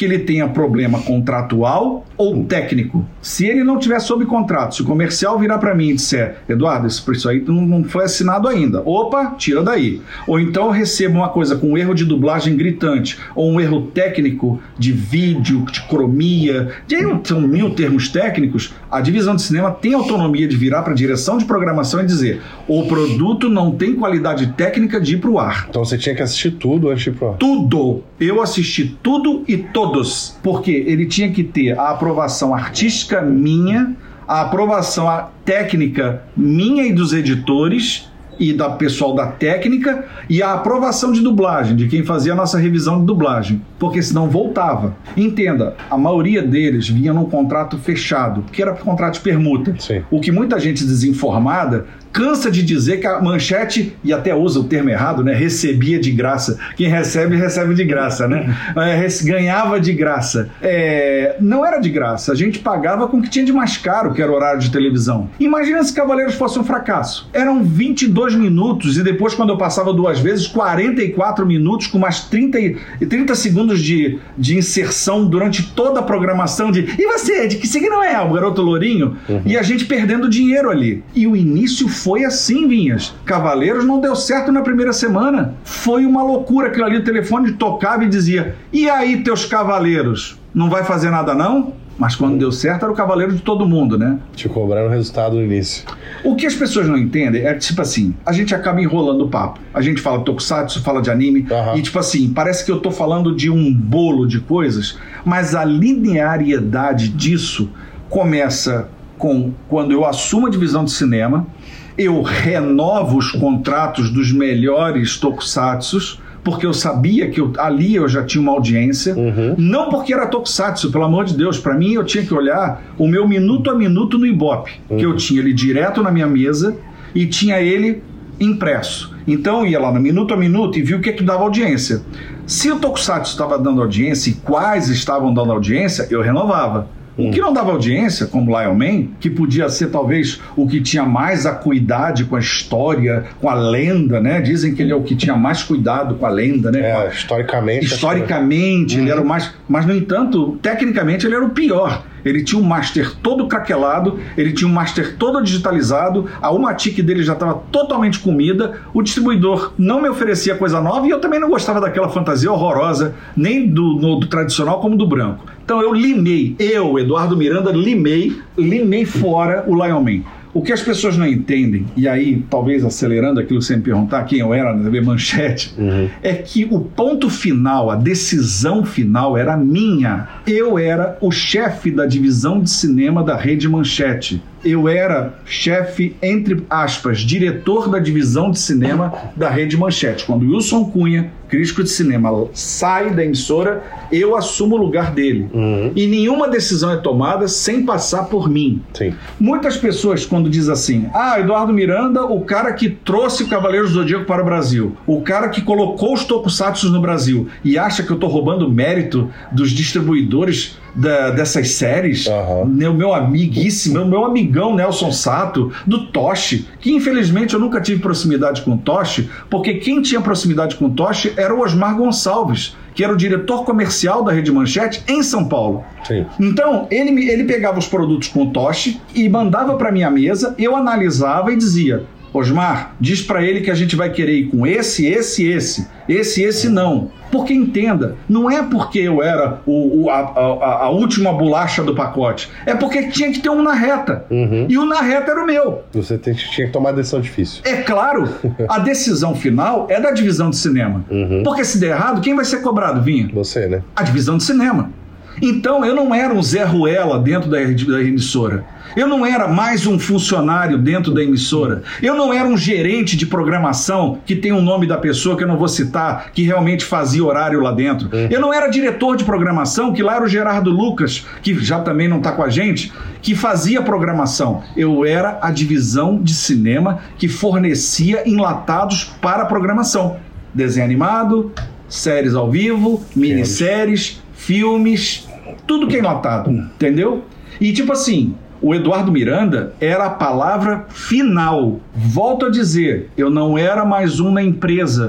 Speaker 2: que ele tenha problema contratual ou técnico. Se ele não tiver sob contrato, se o comercial virar para mim e disser, Eduardo, isso, isso aí não, não foi assinado ainda. Opa, tira daí. Ou então eu recebo uma coisa com um erro de dublagem gritante, ou um erro técnico de vídeo, de cromia, de, são mil termos técnicos. A divisão de cinema tem autonomia de virar para a direção de programação e dizer, o produto não tem qualidade técnica de ir para o ar.
Speaker 1: Então você tinha que assistir tudo antes de ir pro ar?
Speaker 2: Tudo. Eu assisti tudo e todos. Porque ele tinha que ter a aprovação artística minha, a aprovação técnica minha e dos editores e da pessoal da técnica e a aprovação de dublagem, de quem fazia a nossa revisão de dublagem, porque senão voltava. Entenda, a maioria deles vinha num contrato fechado, que era contrato de permuta.
Speaker 1: Sim. O
Speaker 2: que muita gente desinformada cansa de dizer que a Manchete, e até usa o termo errado, né? Recebia de graça. Quem recebe, recebe de graça, né? É, ganhava de graça. É, não era de graça. A gente pagava com o que tinha de mais caro, que era o horário de televisão. Imagina se Cavaleiros fosse um fracasso. Eram vinte e dois minutos e depois, quando eu passava duas vezes, quarenta e quatro minutos com mais trinta, trinta segundos de, de inserção durante toda a programação de e você, de que signo é? O garoto lourinho? Uhum. E a gente perdendo dinheiro ali. E o início foi assim, Vinhas. Cavaleiros não deu certo na primeira semana. Foi uma loucura. Aquilo ali, o telefone tocava e dizia, e aí, teus cavaleiros? Não vai fazer nada, não? Mas quando deu certo, era o cavaleiro de todo mundo, né?
Speaker 1: Te cobraram o resultado no início.
Speaker 2: O que as pessoas não entendem é, tipo assim, a gente acaba enrolando o papo. A gente fala de tokusatsu, fala de anime, uhum. E tipo assim, parece que eu tô falando de um bolo de coisas, mas a linearidade disso começa com quando eu assumo a divisão de cinema, eu renovo os contratos dos melhores tokusatsus, porque eu sabia que eu, ali eu já tinha uma audiência, uhum. Não porque era tokusatsu, pelo amor de Deus, para mim eu tinha que olhar o meu minuto a minuto no Ibope, uhum. Que eu tinha ele direto na minha mesa e tinha ele impresso. Então eu ia lá no minuto a minuto e vi o que é que dava audiência. Se o tokusatsu estava dando audiência e quais estavam dando audiência, eu renovava. O que não dava audiência, como Lion Man, que podia ser talvez o que tinha mais acuidade com a história, com a lenda, né? Dizem que ele é o que tinha mais cuidado com a lenda, né?
Speaker 1: É, historicamente.
Speaker 2: Historicamente, ele
Speaker 1: uhum.
Speaker 2: era o mais... Mas, no entanto, tecnicamente ele era o pior. Ele tinha um master todo craquelado, ele tinha um master todo digitalizado, a Umatic dele já estava totalmente comida, o distribuidor não me oferecia coisa nova e eu também não gostava daquela fantasia horrorosa, nem do, no, do tradicional como do branco. Então eu limei, eu, Eduardo Miranda, limei, limei fora o Lion Man. O que as pessoas não entendem, e aí talvez acelerando aquilo que você me perguntar, quem eu era na T V Manchete, uhum. É que o ponto final, a decisão final era minha. Eu era o chefe da divisão de cinema da Rede Manchete. Eu era chefe, entre aspas, diretor da divisão de cinema da Rede Manchete. Quando Wilson Cunha, crítico de cinema, sai da emissora, eu assumo o lugar dele. Uhum. E nenhuma decisão é tomada sem passar por mim.
Speaker 1: Sim.
Speaker 2: Muitas pessoas, quando dizem assim, ah, Eduardo Miranda, o cara que trouxe o Cavaleiros do Zodíaco para o Brasil, o cara que colocou os tokusatsu no Brasil, e acha que eu estou roubando mérito dos distribuidores Da, dessas séries, uhum. Meu, meu amiguíssimo, meu, meu amigão Nelson Sato, do Toshi, que infelizmente eu nunca tive proximidade com o Toshi, porque quem tinha proximidade com o Toshi era o Osmar Gonçalves, que era o diretor comercial da Rede Manchete em São Paulo.
Speaker 1: Sim.
Speaker 2: Então, ele, ele pegava os produtos com o Toshi e mandava para minha mesa, eu analisava e dizia, Osmar, diz para ele que a gente vai querer ir com esse, esse, esse, esse, esse não. Porque entenda, não é porque eu era o, o, a, a, a última bolacha do pacote, é porque tinha que ter um na reta. Uhum. E o na reta era o meu.
Speaker 1: Você tem, tinha que tomar uma decisão difícil.
Speaker 2: É claro, a decisão final é da divisão de cinema. Uhum. Porque se der errado, quem vai ser cobrado, Vinha?
Speaker 1: Você, né?
Speaker 2: A divisão de cinema. Então eu não era um Zé Ruela dentro da, da emissora. Eu não era mais um funcionário dentro da emissora. Eu não era um gerente de programação que tem o nome da pessoa que eu não vou citar, que realmente fazia horário lá dentro. Uhum. Eu não era diretor de programação, que lá era o Gerardo Lucas, que já também não está com a gente, que fazia programação. Eu era a divisão de cinema que fornecia enlatados para a programação. Desenho animado, séries ao vivo, minisséries, filmes, tudo que é enlatado, entendeu? E tipo assim, o Eduardo Miranda era a palavra final. Volto a dizer, eu não era mais um na empresa.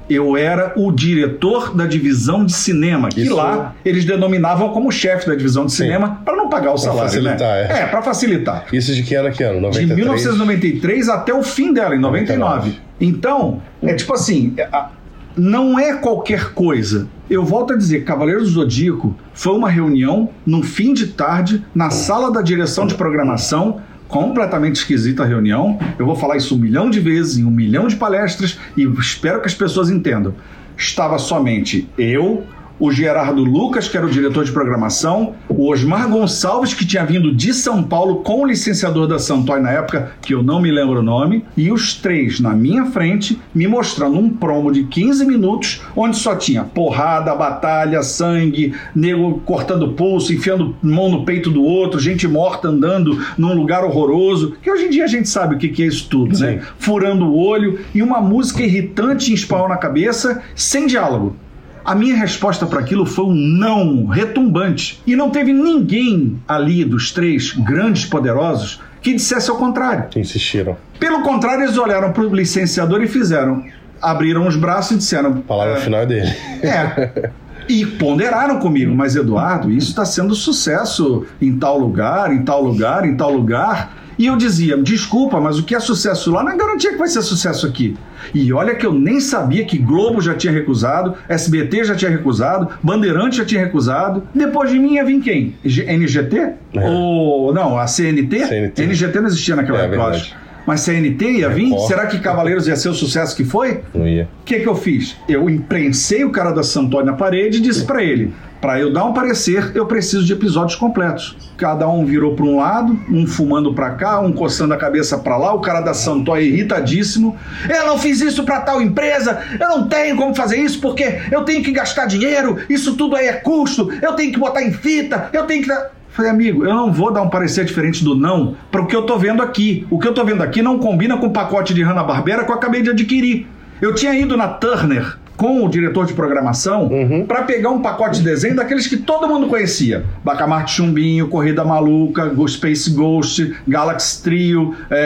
Speaker 2: Eu era o diretor da divisão de cinema, que Isso... lá eles denominavam como chefe da divisão de cinema para não pagar o pra salário, facilitar, né? É, é para facilitar.
Speaker 1: Isso de que ano a que ano? noventa e três?
Speaker 2: De mil novecentos e noventa e três até o fim dela, em noventa e nove. Então, é tipo assim, não é qualquer coisa. Eu volto a dizer, Cavaleiros do Zodíaco foi uma reunião no fim de tarde na sala da direção de programação, completamente esquisita a reunião. Eu vou falar isso um milhão de vezes, em um milhão de palestras, e espero que as pessoas entendam. Estava somente eu, o Gerardo Lucas, que era o diretor de programação, o Osmar Gonçalves, que tinha vindo de São Paulo com o licenciador da Santoy na época, que eu não me lembro o nome, e os três na minha frente, me mostrando um promo de quinze minutos, onde só tinha porrada, batalha, sangue, nego cortando pulso, enfiando mão no peito do outro, gente morta andando num lugar horroroso, que hoje em dia a gente sabe o que é isso tudo, Sim. né? Furando o olho, e uma música irritante em espalhar na cabeça, sem diálogo. A minha resposta para aquilo foi um não retumbante. E não teve ninguém ali dos três grandes poderosos que dissesse ao contrário.
Speaker 1: Que insistiram.
Speaker 2: Pelo contrário, eles olharam para o licenciador e fizeram. Abriram os braços e disseram...
Speaker 1: A palavra é, final é dele.
Speaker 2: É. E ponderaram comigo. Mas, Eduardo, isso está sendo sucesso em tal lugar, em tal lugar, em tal lugar... E eu dizia, desculpa, mas o que é sucesso lá não é garantia que vai ser sucesso aqui. E olha que eu nem sabia que Globo já tinha recusado, S B T já tinha recusado, Bandeirante já tinha recusado. Depois de mim ia vir quem? N G T? É. Ou não, a C N T? C N T? N G T não existia naquela
Speaker 1: é,
Speaker 2: época, eu acho. Mas C N T ia vir? Record. Será que Cavaleiros ia ser o sucesso que foi?
Speaker 1: Não ia.
Speaker 2: O que que eu fiz? Eu imprensei o cara da Santoy na parede e disse pra ele... Para eu dar um parecer, eu preciso de episódios completos. Cada um virou para um lado, um fumando para cá, um coçando a cabeça para lá, o cara da Santoy irritadíssimo. Eu não fiz isso para tal empresa, eu não tenho como fazer isso porque eu tenho que gastar dinheiro, isso tudo aí é custo, eu tenho que botar em fita, eu tenho que... Falei, amigo, eu não vou dar um parecer diferente do não para o que eu tô vendo aqui. O que eu tô vendo aqui não combina com o pacote de Hanna-Barbera que eu acabei de adquirir. Eu tinha ido na Turner com o diretor de programação uhum. para pegar um pacote de desenho daqueles que todo mundo conhecia. Bacamarte Chumbinho, Corrida Maluca, Space Ghost, Galaxy Trio, é,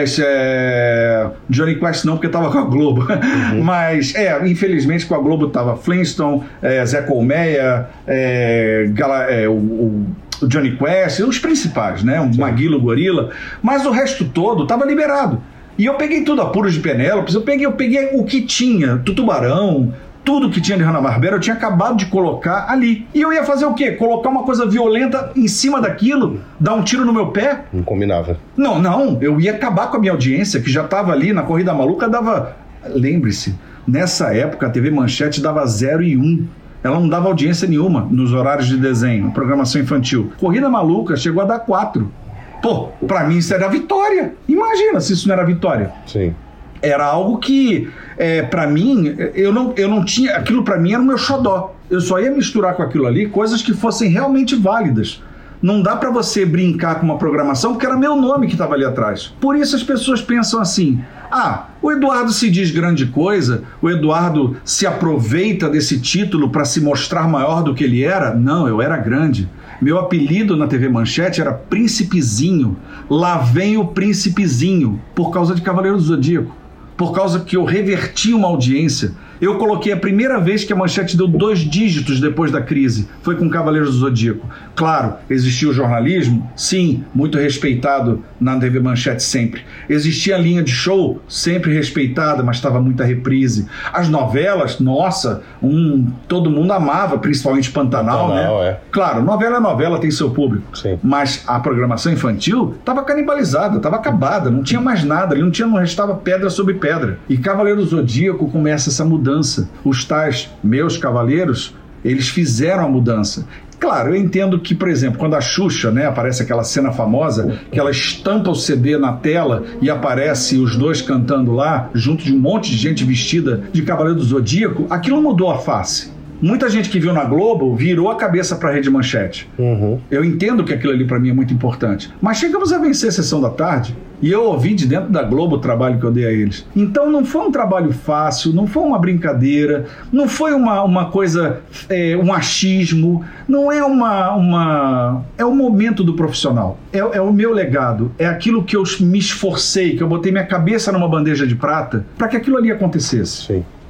Speaker 2: é, Johnny Quest não, porque tava com a Globo. Uhum. Mas, é, infelizmente com a Globo tava Flintstone, é, Zé Colmeia, é, Gala, é, o, o o Johnny Quest, os principais, né? O Maguilo Gorila, mas o resto todo estava liberado. E eu peguei tudo, Apuros de Penélopes, eu peguei, eu peguei o que tinha, do Tubarão, tudo que tinha de Hanna-Barbera, eu tinha acabado de colocar ali. E eu ia fazer o quê? Colocar uma coisa violenta em cima daquilo, dar um tiro no meu pé?
Speaker 1: Não combinava.
Speaker 2: Não, não, eu ia acabar com a minha audiência, que já estava ali na Corrida Maluca, dava... Lembre-se, nessa época a T V Manchete dava zero e um. Ela não dava audiência nenhuma nos horários de desenho, programação infantil. Corrida Maluca chegou a dar quatro. Pô, pra mim isso era vitória. Imagina se isso não era vitória.
Speaker 1: Sim.
Speaker 2: Era algo que, é, pra mim, eu não, eu não tinha... Aquilo pra mim era o meu xodó. Eu só ia misturar com aquilo ali coisas que fossem realmente válidas. Não dá pra você brincar com uma programação porque era meu nome que estava ali atrás. Por isso as pessoas pensam assim... Ah, o Eduardo se diz grande coisa, o Eduardo se aproveita desse título para se mostrar maior do que ele era. Não, eu era grande. Meu apelido na T V Manchete era Príncipezinho. Lá vem o Príncipezinho, por causa de Cavaleiro do Zodíaco. Por causa que eu reverti uma audiência. Eu coloquei a primeira vez que a Manchete deu dois dígitos depois da crise. Foi com Cavaleiros do Zodíaco. Claro, existia o jornalismo? Sim, muito respeitado na T V Manchete sempre. Existia a linha de show? Sempre respeitada, mas estava muita reprise. As novelas, nossa, um, todo mundo amava, principalmente Pantanal, Pantanal né? É. Claro, novela é novela, tem seu público.
Speaker 1: Sim.
Speaker 2: Mas a programação infantil estava canibalizada, estava acabada, não tinha mais nada, ali não, tinha, não restava pedra sobre pedra. E Cavaleiro do Zodíaco começa essa mudança. Os tais meus cavaleiros, eles fizeram a mudança. Claro, eu entendo que, por exemplo, quando a Xuxa, né, aparece aquela cena famosa, que ela estampa o C D na tela e aparece os dois cantando lá, junto de um monte de gente vestida de Cavaleiro do Zodíaco, aquilo mudou a face. Muita gente que viu na Globo virou a cabeça para a Rede Manchete.
Speaker 1: Uhum.
Speaker 2: Eu entendo que aquilo ali para mim é muito importante. Mas chegamos a vencer a Sessão da Tarde e eu ouvi de dentro da Globo o trabalho que eu dei a eles. Então não foi um trabalho fácil, não foi uma brincadeira, não foi uma, uma coisa, é, um achismo, não é uma... uma é o momento do profissional, é, é o meu legado, é aquilo que eu me esforcei, que eu botei minha cabeça numa bandeja de prata para que aquilo ali acontecesse.
Speaker 1: Sim.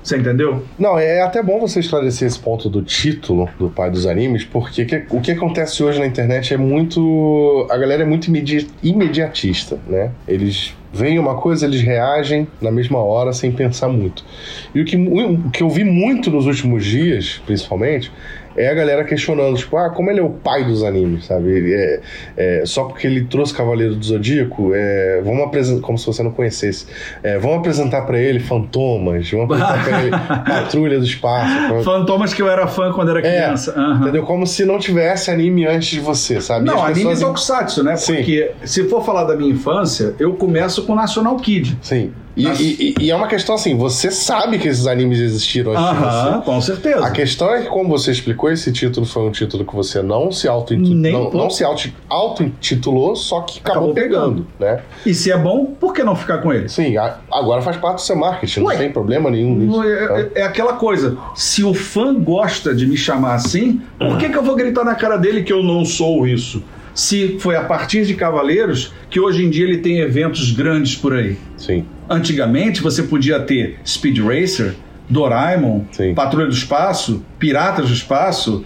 Speaker 2: Você entendeu?
Speaker 1: Não, é até bom você esclarecer esse ponto do título do pai dos animes, porque que, o que acontece hoje na internet é muito... A galera é muito imedi- imediatista, né? Eles veem uma coisa, eles reagem na mesma hora, sem pensar muito. E o que, o que eu vi muito nos últimos dias, principalmente, é a galera questionando, tipo, ah, como ele é o pai dos animes, sabe? Ele é, é, só porque ele trouxe Cavaleiro do Zodíaco, é, vamos apresentar, como se você não conhecesse, é, vamos apresentar pra ele Fantomas, vamos apresentar pra ele Patrulha do Espaço. Pra...
Speaker 2: Fantomas que eu era fã quando era criança.
Speaker 1: É, uhum. Entendeu? Como se não tivesse anime antes de você, sabe?
Speaker 2: Não,
Speaker 1: anime
Speaker 2: pessoas... tokusatsu, né? Sim. Porque se for falar da minha infância, eu começo com National Kid.
Speaker 1: Sim. E, Mas... e, e é uma questão assim, você sabe que esses animes existiram antes de você.
Speaker 2: Aham, com certeza.
Speaker 1: A questão é que, como você explicou, esse título foi um título que você não se auto-intitulou, não, não se auto-intitulou, só que acabou, acabou pegando, pegando, né?
Speaker 2: E se é bom, por que não ficar com ele?
Speaker 1: Sim, a, agora faz parte do seu marketing, Ué, não tem problema nenhum nisso.
Speaker 2: É,
Speaker 1: tá?
Speaker 2: é aquela coisa, se o fã gosta de me chamar assim, por que, que eu vou gritar na cara dele que eu não sou isso? Se foi a partir de Cavaleiros que hoje em dia ele tem eventos grandes por aí.
Speaker 1: Sim.
Speaker 2: Antigamente você podia ter Speed Racer, Doraemon, Sim. Patrulha do Espaço, Piratas do Espaço,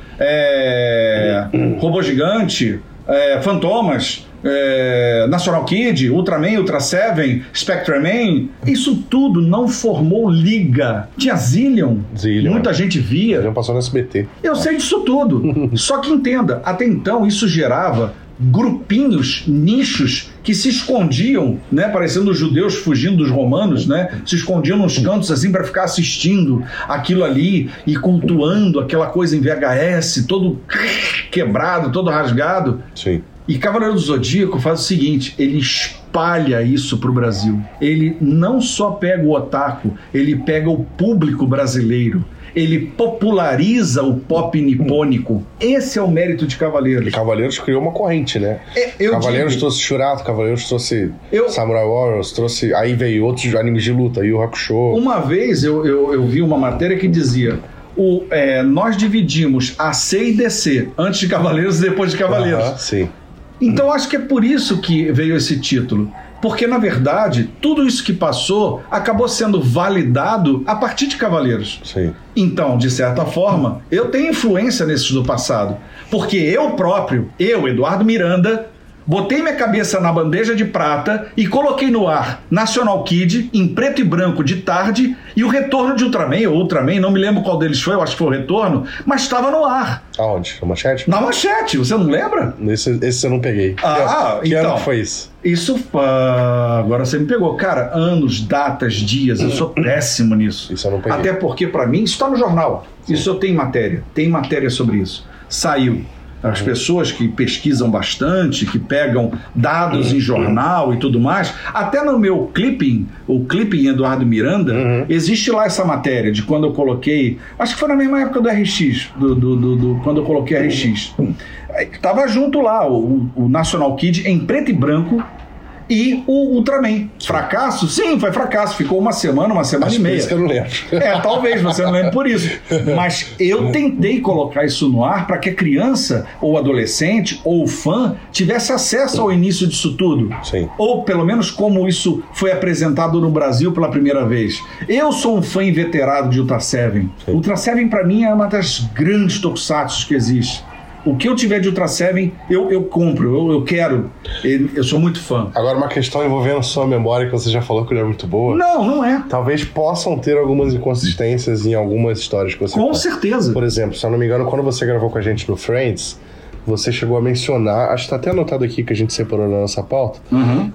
Speaker 2: é... Robô Gigante, é... Fantomas, é... National Kid, Ultraman, Ultra Seven, Spectreman. Isso tudo não formou liga. Tinha Zillion,
Speaker 1: Zillion
Speaker 2: muita
Speaker 1: é.
Speaker 2: gente via.
Speaker 1: Zillion passou no S B T.
Speaker 2: Eu sei disso tudo. Só que entenda, até então isso gerava grupinhos, nichos que se escondiam, né, parecendo os judeus fugindo dos romanos, né, se escondiam nos cantos assim para ficar assistindo aquilo ali e cultuando aquela coisa em V H S, todo quebrado, todo rasgado.
Speaker 1: Sim.
Speaker 2: E Cavaleiro do Zodíaco faz o seguinte, ele espalha isso pro Brasil. Ele não só pega o otaku, ele pega o público brasileiro. Ele populariza o pop nipônico. Esse é o mérito de Cavaleiros.
Speaker 1: E Cavaleiros criou uma corrente, né?
Speaker 2: É, eu
Speaker 1: Cavaleiros
Speaker 2: digo,
Speaker 1: trouxe Shurato, Cavaleiros trouxe
Speaker 2: eu,
Speaker 1: Samurai Warriors, trouxe... Aí veio outros animes de luta, Yu Hakusho.
Speaker 2: Uma vez eu, eu, eu vi uma matéria que dizia... O, é, nós dividimos A C e D C, antes de Cavaleiros e depois de Cavaleiros.
Speaker 1: Uh-huh, sim.
Speaker 2: Então acho que é por isso que veio esse título. Porque, na verdade, tudo isso que passou acabou sendo validado a partir de Cavaleiros.
Speaker 1: Sim.
Speaker 2: Então, de certa forma, eu tenho influência nesses do passado. Porque eu próprio, eu, Eduardo Miranda, botei minha cabeça na bandeja de prata e coloquei no ar National Kid, em preto e branco de tarde, e o retorno de Ultraman, ou Ultraman, não me lembro qual deles foi, eu acho que foi o retorno, mas estava no ar.
Speaker 1: Aonde? Na Manchete?
Speaker 2: Na Manchete, você não lembra?
Speaker 1: Esse, esse eu não peguei.
Speaker 2: Ah,
Speaker 1: que, que
Speaker 2: então.
Speaker 1: ano foi isso?
Speaker 2: Isso, uh, agora você me pegou. Cara, anos, datas, dias, eu sou péssimo nisso.
Speaker 1: Isso eu não peguei.
Speaker 2: Até porque, pra mim, isso está no jornal. Sim. Isso eu tenho matéria. Tem matéria sobre isso. Saiu. As uhum. pessoas que pesquisam bastante, que pegam dados uhum. em jornal e tudo mais, até no meu clipping, o clipping Eduardo Miranda, uhum. existe lá essa matéria de quando eu coloquei, acho que foi na mesma época do R X, do, do, do, do, quando eu coloquei R X. Tava junto lá o, o National Kid em preto e branco e o Ultraman. Fracasso? Sim, foi fracasso. Ficou uma semana, uma semana
Speaker 1: Acho
Speaker 2: e meia.
Speaker 1: Por isso que eu não lembro.
Speaker 2: É, talvez você não lembre por isso. Mas eu tentei colocar isso no ar para que a criança, ou adolescente, ou fã, tivesse acesso ao início disso tudo.
Speaker 1: Sim.
Speaker 2: Ou pelo menos como isso foi apresentado no Brasil pela primeira vez. Eu sou um fã inveterado de Ultra Seven. Sim. Ultra Seven para mim é uma das grandes tokusatsu que existe. O que eu tiver de Ultra Seven, eu, eu compro, eu, eu quero. Eu sou muito fã.
Speaker 1: Agora, uma questão envolvendo sua memória, que você já falou que não é muito boa.
Speaker 2: Não, não é.
Speaker 1: Talvez possam ter algumas inconsistências em algumas histórias que você
Speaker 2: Com
Speaker 1: conta.
Speaker 2: certeza.
Speaker 1: Por exemplo, se eu não me engano, quando você gravou com a gente no Friends, você chegou a mencionar, acho que tá até anotado aqui que a gente separou na nossa pauta,
Speaker 2: uhum.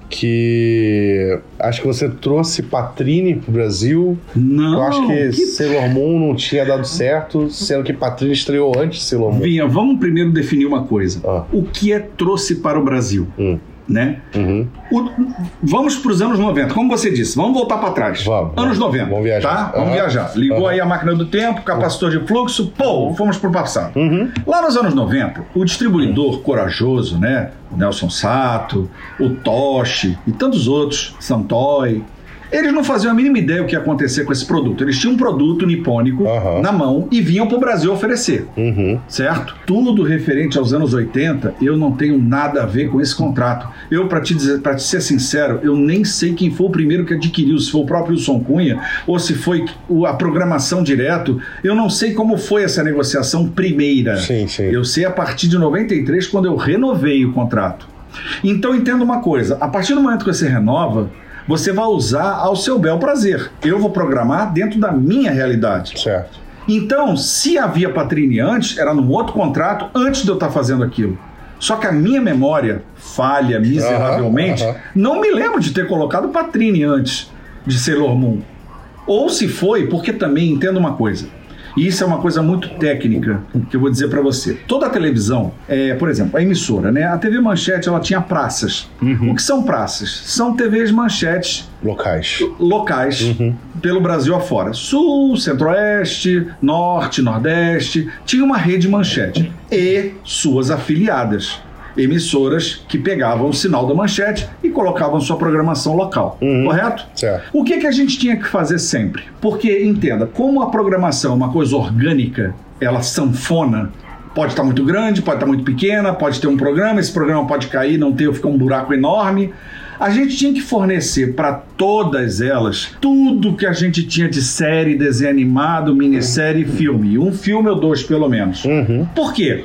Speaker 1: que acho que você trouxe Patrine pro Brasil.
Speaker 2: Não.
Speaker 1: Eu acho que, que Sailor Moon não tinha dado certo, sendo que Patrine estreou antes de Sailor Moon.
Speaker 2: Vinha, vamos primeiro definir uma coisa.
Speaker 1: Ah.
Speaker 2: O que é trouxe para o Brasil? Hum. Né?
Speaker 1: Uhum.
Speaker 2: O, vamos para os anos noventa, como você disse, vamos voltar para trás.
Speaker 1: Vamos,
Speaker 2: anos
Speaker 1: vamos,
Speaker 2: noventa.
Speaker 1: Vamos viajar.
Speaker 2: Tá? Vamos
Speaker 1: uhum.
Speaker 2: viajar. Ligou
Speaker 1: uhum.
Speaker 2: aí a máquina do tempo, capacitor de fluxo, pô, fomos para o passado.
Speaker 1: Uhum.
Speaker 2: Lá nos anos noventa, o distribuidor corajoso, né? Nelson Sato, o Toshi e tantos outros, Santoy, Eles não faziam a mínima ideia o que ia acontecer com esse produto. Eles tinham um produto nipônico
Speaker 1: uhum.
Speaker 2: na mão e vinham para o Brasil oferecer.
Speaker 1: Uhum.
Speaker 2: Certo? Tudo referente aos anos oitenta, eu não tenho nada a ver com esse contrato. Eu, para te dizer, para te ser sincero, eu nem sei quem foi o primeiro que adquiriu, se foi o próprio Wilson Cunha ou se foi a programação direto. Eu não sei como foi essa negociação primeira.
Speaker 1: Sim, sim.
Speaker 2: Eu sei a partir de noventa e três, quando eu renovei o contrato. Então entenda uma coisa, a partir do momento que você renova, você vai usar ao seu bel prazer. Eu vou programar dentro da minha realidade.
Speaker 1: Certo.
Speaker 2: Então, se havia Patrine antes, era num outro contrato antes de eu estar fazendo aquilo. Só que a minha memória falha miseravelmente. Uh-huh, uh-huh. Não me lembro de ter colocado Patrine antes de Sailor Moon. Ou se foi, porque também entenda uma coisa. E isso é uma coisa muito técnica que eu vou dizer para você. Toda a televisão, é, por exemplo, a emissora, né? A T V Manchete, ela tinha praças. Uhum. O que são praças? São T Vs manchetes
Speaker 1: locais,
Speaker 2: locais uhum. pelo Brasil afora. Sul, Centro-Oeste, Norte, Nordeste. Tinha uma rede manchete e suas afiliadas. Emissoras que pegavam o sinal da manchete e colocavam sua programação local, uhum. correto?
Speaker 1: Certo.
Speaker 2: O que, que a gente tinha que fazer sempre? Porque, entenda, como a programação é uma coisa orgânica, ela sanfona, pode estar muito grande, pode estar muito pequena, pode ter um programa, esse programa pode cair, não ter, ficar um buraco enorme. A gente tinha que fornecer para todas elas tudo que a gente tinha de série, desenho animado, minissérie e filme. Um filme ou dois, pelo menos. Uhum. Por quê?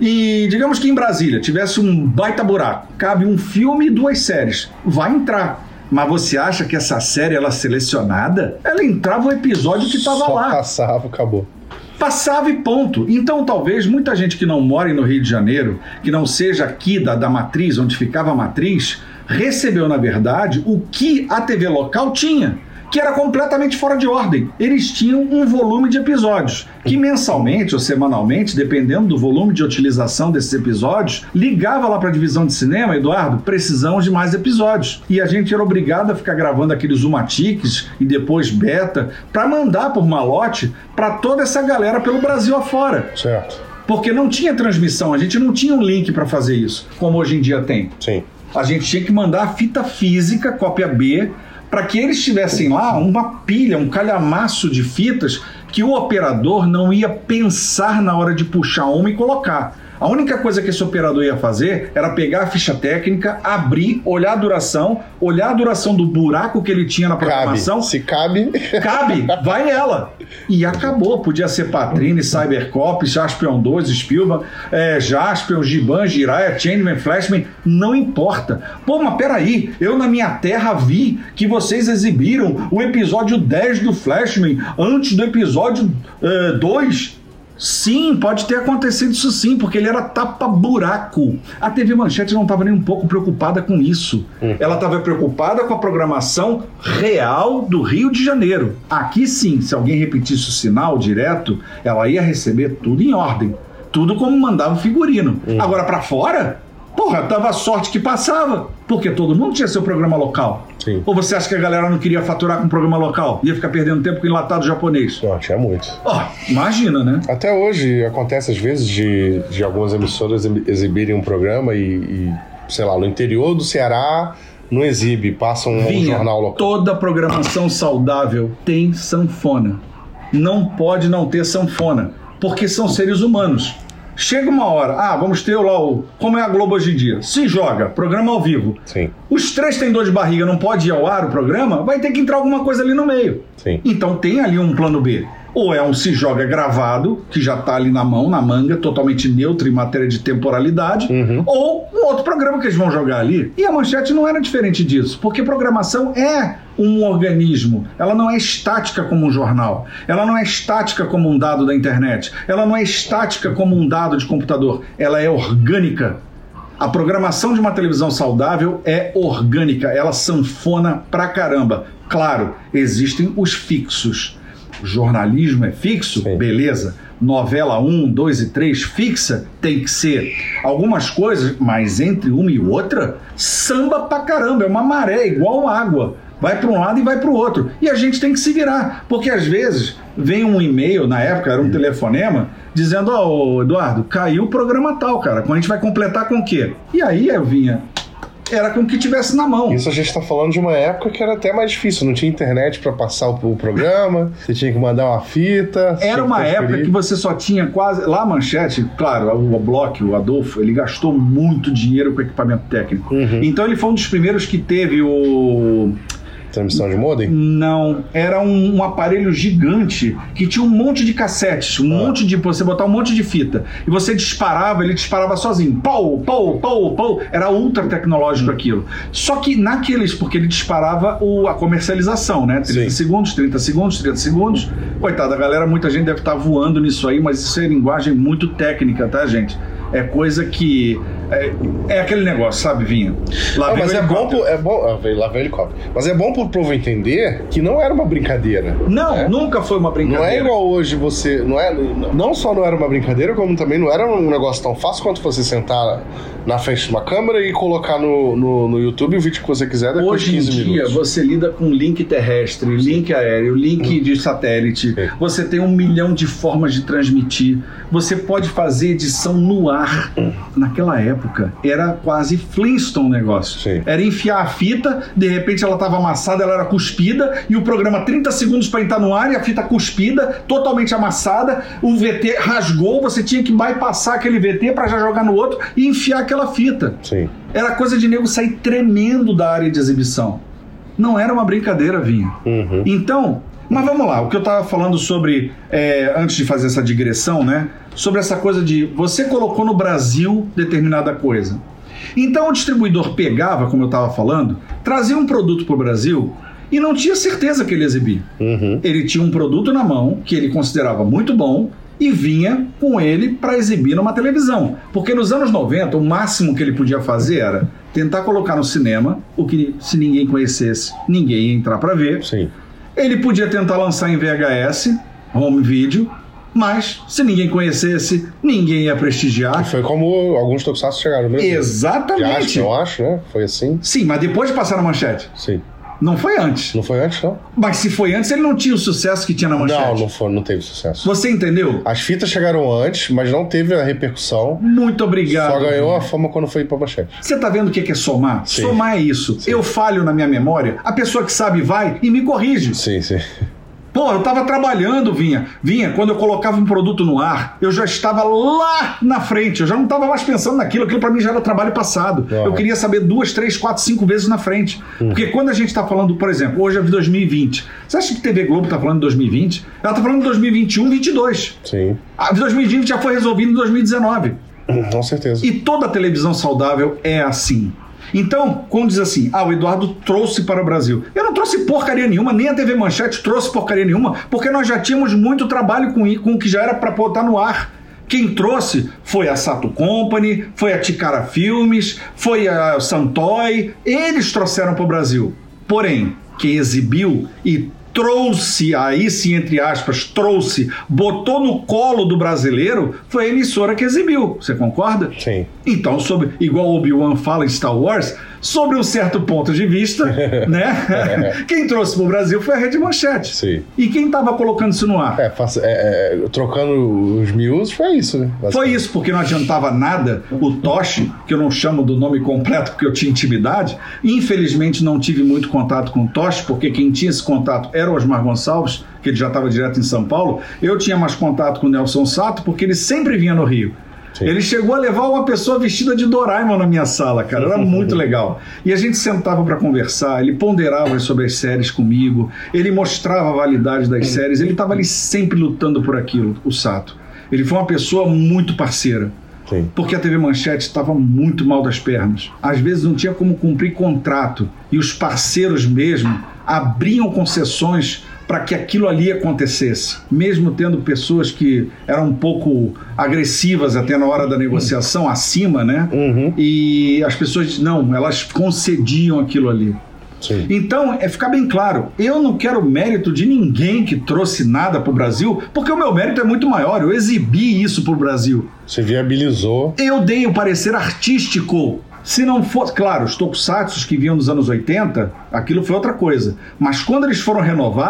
Speaker 2: E digamos que em Brasília tivesse um baita buraco, cabe um filme e duas séries, vai entrar. Mas você acha que essa série, ela selecionada, ela entrava no episódio que estava lá.
Speaker 1: Só passava, acabou.
Speaker 2: Passava e ponto. Então talvez muita gente que não mora no Rio de Janeiro, que não seja aqui da, da matriz, onde ficava a matriz, recebeu na verdade o que a T V local tinha, que era completamente fora de ordem. Eles tinham um volume de episódios, que mensalmente ou semanalmente, dependendo do volume de utilização desses episódios, ligava lá para a divisão de cinema, Eduardo, precisamos de mais episódios. E a gente era obrigado a ficar gravando aqueles Zumatiques e depois beta, para mandar por malote para toda essa galera pelo Brasil afora.
Speaker 1: Certo.
Speaker 2: Porque não tinha transmissão, a gente não tinha um link para fazer isso, como hoje em dia tem.
Speaker 1: Sim.
Speaker 2: A gente tinha que mandar a fita física, cópia B, para que eles tivessem lá uma pilha, um calhamaço de fitas que o operador não ia pensar na hora de puxar uma e colocar. A única coisa que esse operador ia fazer era pegar a ficha técnica, abrir, olhar a duração, olhar a duração do buraco que ele tinha na programação.
Speaker 1: Cabe. Se cabe...
Speaker 2: Cabe, vai ela. E acabou. Podia ser Patrine, Cybercop, Jaspion dois, Spielberg, é, Jaspion, Giban, Jiraiya, Changeman, Flashman, não importa. Pô, mas peraí, eu na minha terra vi que vocês exibiram o episódio dez do Flashman antes do episódio uh, dois. Sim, pode ter acontecido isso sim, porque ele era tapa-buraco. A T V Manchete não estava nem um pouco preocupada com isso. Uhum. Ela estava preocupada com a programação real do Rio de Janeiro. Aqui sim, se alguém repetisse o sinal direto, ela ia receber tudo em ordem. Tudo como mandava o figurino. Uhum. Agora, para fora, porra, tava a sorte que passava, porque todo mundo tinha seu programa local.
Speaker 1: Sim.
Speaker 2: Ou você acha que a galera não queria faturar com programa local? Ia ficar perdendo tempo com enlatado japonês?
Speaker 1: Não, tinha muito.
Speaker 2: Ó, oh, imagina, né?
Speaker 1: Até hoje acontece às vezes de, de algumas emissoras exibirem um programa e, e, sei lá, no interior do Ceará não exibe, passa um, um jornal local.
Speaker 2: Toda programação saudável tem sanfona. Não pode não ter sanfona, porque são seres humanos. Chega uma hora, ah, vamos ter lá o... Como é a Globo hoje em dia? Se joga, programa ao vivo.
Speaker 1: Sim. Os
Speaker 2: três têm dor de barriga, não pode ir ao ar o programa, vai ter que entrar alguma coisa ali no meio.
Speaker 1: Sim.
Speaker 2: Então tem ali um plano B. Ou é um se joga gravado, que já tá ali na mão, na manga, totalmente neutro em matéria de temporalidade, uhum. ou um outro programa que eles vão jogar ali. E a Manchete não era diferente disso, porque programação é um organismo. Ela não é estática como um jornal. Ela não é estática como um dado da internet. Ela não é estática como um dado de computador. Ela é orgânica. A programação de uma televisão saudável é orgânica. Ela sanfona pra caramba. Claro, existem os fixos. O jornalismo é fixo? Sim. Beleza. Novela um, dois e três fixa? Tem que ser. Algumas coisas, mas entre uma e outra, samba pra caramba. É uma maré, igual água. Vai para um lado e vai para o outro. E a gente tem que se virar. Porque às vezes vem um e-mail, na época era um telefonema, dizendo, ó, oh, Eduardo, caiu o programa tal, cara. Quando a gente vai completar com o quê? E aí eu vinha... era com o que tivesse na mão.
Speaker 1: Isso a gente tá falando de uma época que era até mais difícil, não tinha internet pra passar o, o programa, você tinha que mandar uma fita.
Speaker 2: Era uma época que você só tinha quase... Lá a Manchete, claro, o Bloch, o Adolfo, ele gastou muito dinheiro com equipamento técnico. Uhum. Então ele foi um dos primeiros que teve o...
Speaker 1: Transmissão de modem?
Speaker 2: Não, era um, um aparelho gigante que tinha um monte de cassetes, um ah. monte de... Você botar um monte de fita e você disparava, ele disparava sozinho. Pau, pau, pau, pau. Era ultra tecnológico aquilo. Só que naqueles, porque ele disparava o, a comercialização, né? trinta segundos, trinta segundos, trinta segundos. Coitada, a galera, muita gente deve estar voando nisso aí, mas isso é linguagem muito técnica, tá, gente? É coisa que... É, é aquele negócio, sabe, Vinha?
Speaker 1: Lá não, mas é bom, pro, é bom... Ah, lá vem o helicóptero. Mas é bom pro povo entender que não era uma brincadeira.
Speaker 2: Não,
Speaker 1: né?
Speaker 2: Nunca foi uma brincadeira.
Speaker 1: Não é igual hoje você... Não, é, não só não era uma brincadeira, como também não era um negócio tão fácil quanto você sentar na frente de uma câmera e colocar no, no, no YouTube o vídeo que você quiser depois de quinze minutos. Hoje em dia,
Speaker 2: você lida com link terrestre, link aéreo, link hum. de satélite. Sim. Você tem um milhão de formas de transmitir. Você pode fazer edição no ar. Hum. Naquela época, era quase Flintstone o negócio.
Speaker 1: Sim.
Speaker 2: Era enfiar a fita, de repente ela estava amassada, ela era cuspida, e o programa trinta segundos para entrar no ar, e a fita cuspida, totalmente amassada, o V T rasgou, você tinha que bypassar aquele V T para já jogar no outro e enfiar aquela fita.
Speaker 1: Sim.
Speaker 2: Era coisa de nego sair tremendo da área de exibição. Não era uma brincadeira, Vinha.
Speaker 1: Uhum.
Speaker 2: Então, mas vamos lá, o que eu estava falando sobre, é, antes de fazer essa digressão, né? Sobre essa coisa de você colocou no Brasil determinada coisa. Então o distribuidor pegava, como eu estava falando, trazia um produto para o Brasil e não tinha certeza que ele ia exibir.
Speaker 1: Uhum.
Speaker 2: Ele tinha um produto na mão que ele considerava muito bom e vinha com ele para exibir numa televisão. Porque nos anos noventa, o máximo que ele podia fazer era tentar colocar no cinema o que, se ninguém conhecesse, ninguém ia entrar para ver.
Speaker 1: Sim.
Speaker 2: Ele podia tentar lançar em V H S, home video, mas se ninguém conhecesse, ninguém ia prestigiar.
Speaker 1: E foi como alguns tokusatsu chegaram mesmo.
Speaker 2: Exatamente.
Speaker 1: Acho, eu acho, né? Foi assim.
Speaker 2: Sim, mas depois de passar na Manchete.
Speaker 1: Sim.
Speaker 2: Não foi antes.
Speaker 1: Não foi antes, não?
Speaker 2: Mas se foi antes, ele não tinha o sucesso que tinha na Manchete.
Speaker 1: Não, não, foi, não teve sucesso.
Speaker 2: Você entendeu?
Speaker 1: As fitas chegaram antes, mas não teve a repercussão.
Speaker 2: Muito obrigado.
Speaker 1: Só ganhou a fama quando foi pra Manchete.
Speaker 2: Você tá vendo o que é somar?
Speaker 1: Sim.
Speaker 2: Somar é isso.
Speaker 1: Sim.
Speaker 2: Eu falho na minha memória, a pessoa que sabe vai e me corrige.
Speaker 1: Sim, sim.
Speaker 2: Pô, eu tava trabalhando, Vinha. Vinha, quando eu colocava um produto no ar, eu já estava lá na frente. Eu já não tava mais pensando naquilo. Aquilo pra mim já era trabalho passado. Uhum. Eu queria saber duas, três, quatro, cinco vezes na frente. Uhum. Porque quando a gente tá falando, por exemplo, hoje é dois mil e vinte. Você acha que T V Globo tá falando de dois mil e vinte? Ela tá falando de dois mil e vinte e um, vinte e dois.
Speaker 1: Sim.
Speaker 2: A dois mil e vinte já foi resolvido em dois mil e dezenove.
Speaker 1: Com certeza.
Speaker 2: E toda televisão saudável é assim. Então, quando diz assim, ah, o Eduardo trouxe para o Brasil. Eu não trouxe porcaria nenhuma, nem a T V Manchete trouxe porcaria nenhuma, porque nós já tínhamos muito trabalho com, com o que já era para botar no ar. Quem trouxe foi a Sato Company, foi a Ticara Filmes, foi a Santoy, eles trouxeram para o Brasil. Porém, quem exibiu e trouxe, aí sim, entre aspas, trouxe, botou no colo do brasileiro, foi a emissora que exibiu. Você concorda?
Speaker 1: Sim.
Speaker 2: Então, sobre, igual o Obi-Wan fala em Star Wars, sobre um certo ponto de vista, né? Quem trouxe para o Brasil foi a Rede Manchete.
Speaker 1: Sim.
Speaker 2: E quem estava colocando isso no ar?
Speaker 1: É, é, é, trocando os miúdos, foi isso, né?
Speaker 2: Foi isso, porque não adiantava nada. O Toshi, que eu não chamo do nome completo porque eu tinha intimidade, infelizmente não tive muito contato com o Toshi, porque quem tinha esse contato era o Osmar Gonçalves, que ele já estava direto em São Paulo. Eu tinha mais contato com o Nelson Sato, porque ele sempre vinha no Rio. Sim. Ele chegou a levar uma pessoa vestida de Doraemon na minha sala, cara. Era muito legal. E a gente sentava para conversar, ele ponderava sobre as séries comigo, ele mostrava a validade das séries, ele estava ali sempre lutando por aquilo, o Sato. Ele foi uma pessoa muito parceira.
Speaker 1: Sim.
Speaker 2: Porque a T V Manchete estava muito mal das pernas. Às vezes não tinha como cumprir contrato. E os parceiros mesmo abriam concessões para que aquilo ali acontecesse, mesmo tendo pessoas que eram um pouco agressivas até na hora da negociação, acima, né?
Speaker 1: Uhum.
Speaker 2: E as pessoas, não, elas concediam aquilo ali.
Speaker 1: Sim.
Speaker 2: Então, é ficar bem claro, eu não quero mérito de ninguém que trouxe nada para o Brasil, porque o meu mérito é muito maior, eu exibi isso para o Brasil.
Speaker 1: Você viabilizou.
Speaker 2: Eu dei o parecer artístico. Se não fosse, claro, os tokusatsus que vinham dos anos oitenta, aquilo foi outra coisa. Mas quando eles foram renovados,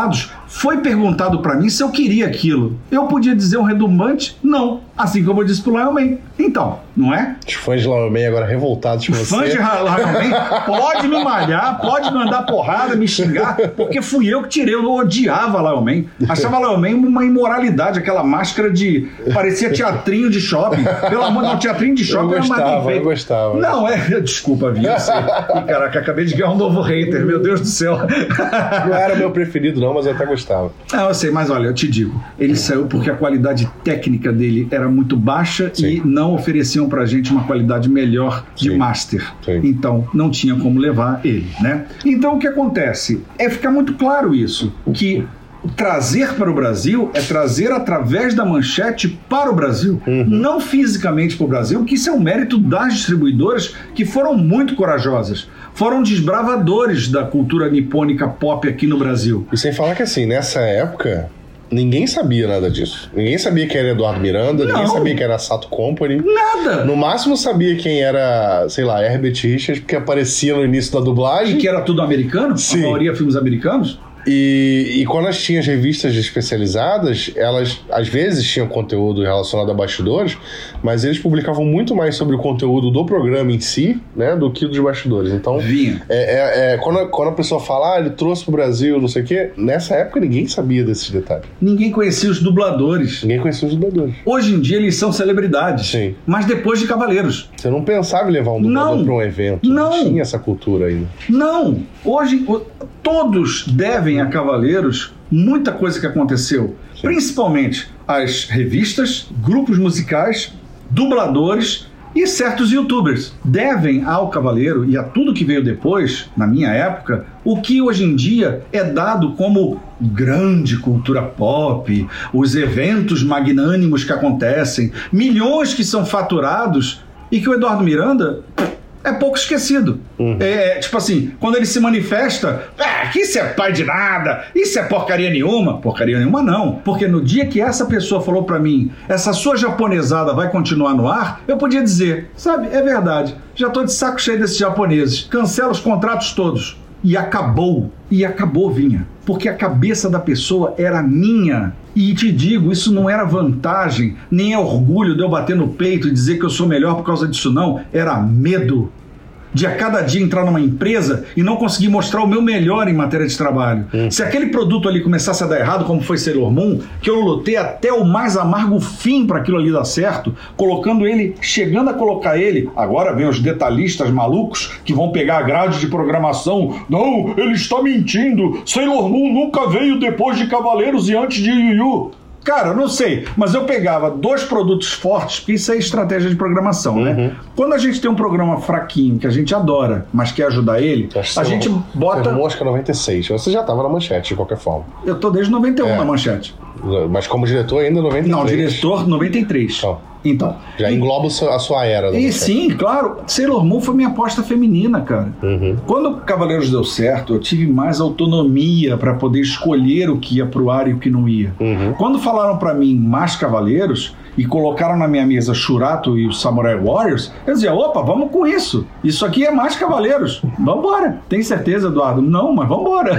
Speaker 2: Foi perguntado pra mim se eu queria aquilo. Eu podia dizer um redundante? Não. Assim como eu disse pro Lion Man. Então, não é?
Speaker 1: Os fãs de Lion Man agora revoltados com
Speaker 2: Os
Speaker 1: você.
Speaker 2: fãs de Lion Man pode me malhar, pode me mandar porrada, me xingar, porque fui eu que tirei. Eu odiava Lion Man. Achava Lion Man uma imoralidade, aquela máscara de... parecia teatrinho de shopping. Pelo amor de Deus, teatrinho de shopping
Speaker 1: eu gostava,
Speaker 2: era mais bem feito.
Speaker 1: Eu gostava.
Speaker 2: Não, é... Desculpa, viu? E, caraca, acabei de ganhar um novo hater. Meu Deus do céu.
Speaker 1: Não era meu preferido não, mas eu até gostava.
Speaker 2: Ah, eu sei, mas olha, eu te digo, ele saiu porque a qualidade técnica dele era muito baixa. Sim. E não ofereciam pra gente uma qualidade melhor de Sim. master. Sim. Então, não tinha como levar ele, né? Então, o que acontece? É ficar muito claro isso, que trazer para o Brasil é trazer através da Manchete para o Brasil, uhum. não fisicamente para o Brasil, que isso é um mérito das distribuidoras que foram muito corajosas. Foram desbravadores da cultura nipônica pop aqui no Brasil.
Speaker 1: E sem falar que assim, nessa época, ninguém sabia nada disso. Ninguém sabia quem era Eduardo Miranda, não. Ninguém sabia quem era Sato Company.
Speaker 2: Nada!
Speaker 1: No máximo sabia quem era, sei lá, Herbert Richards, porque aparecia no início da dublagem.
Speaker 2: E que era tudo americano?
Speaker 1: Sim.
Speaker 2: A maioria filmes americanos?
Speaker 1: E, e quando as tinham as revistas especializadas, elas às vezes tinham conteúdo relacionado a bastidores, mas eles publicavam muito mais sobre o conteúdo do programa em si, né, do que dos bastidores. Então,
Speaker 2: Vinha.
Speaker 1: É, é, é, quando, a, quando a pessoa fala, ah, ele trouxe pro Brasil, não sei o quê, nessa época ninguém sabia desses detalhes.
Speaker 2: Ninguém conhecia os dubladores.
Speaker 1: Ninguém conhecia os dubladores.
Speaker 2: Hoje em dia eles são celebridades.
Speaker 1: Sim.
Speaker 2: Mas depois de Cavaleiros.
Speaker 1: Você não pensava em levar um dublador para um evento.
Speaker 2: Não.
Speaker 1: Não tinha essa cultura ainda.
Speaker 2: Não. Hoje, todos devem a Cavaleiros muita coisa que aconteceu. Sim. Principalmente as revistas, grupos musicais, dubladores e certos youtubers. Devem ao Cavaleiro e a tudo que veio depois, na minha época, o que hoje em dia é dado como grande cultura pop, os eventos magnânimos que acontecem, milhões que são faturados e que o Eduardo Miranda é pouco esquecido. Uhum. É, tipo assim, quando ele se manifesta, ah, que isso é pai de nada, isso é porcaria nenhuma. Porcaria nenhuma não, porque no dia que essa pessoa falou pra mim, essa sua japonesada vai continuar no ar, eu podia dizer, sabe, é verdade, já tô de saco cheio desses japoneses, cancela os contratos todos. E acabou, e acabou, Vinha, porque a cabeça da pessoa era minha. E te digo, isso não era vantagem, nem é orgulho de eu bater no peito e dizer que eu sou melhor por causa disso, não. Era medo de a cada dia entrar numa empresa e não conseguir mostrar o meu melhor em matéria de trabalho. Hum. Se aquele produto ali começasse a dar errado, como foi Sailor Moon, que eu lutei até o mais amargo fim para aquilo ali dar certo, colocando ele, chegando a colocar ele, agora vem os detalhistas malucos que vão pegar a grade de programação, não, ele está mentindo, Sailor Moon nunca veio depois de Cavaleiros e antes de Yu Yu. Cara, eu não sei, mas eu pegava dois produtos fortes, porque isso é estratégia de programação, uhum. né? Quando a gente tem um programa fraquinho, que a gente adora, mas quer ajudar ele, a gente
Speaker 1: não,
Speaker 2: bota...
Speaker 1: Mosca noventa e seis, você já estava na Manchete, de qualquer forma.
Speaker 2: Eu tô desde noventa e um é. na Manchete.
Speaker 1: Mas como diretor ainda noventa e três.
Speaker 2: Não, diretor noventa e três.
Speaker 1: Então.
Speaker 2: Então,
Speaker 1: já engloba a sua era.
Speaker 2: E sim, claro. Sailor Moon foi minha aposta feminina, cara.
Speaker 1: Uhum.
Speaker 2: Quando Cavaleiros deu certo, eu tive mais autonomia para poder escolher o que ia pro ar e o que não ia.
Speaker 1: Uhum.
Speaker 2: Quando falaram para mim mais Cavaleiros e colocaram na minha mesa Shurato e o Samurai Warriors, eu dizia, opa, vamos com isso. Isso aqui é mais Cavaleiros. Vambora. Tem certeza, Eduardo? Não, mas vambora.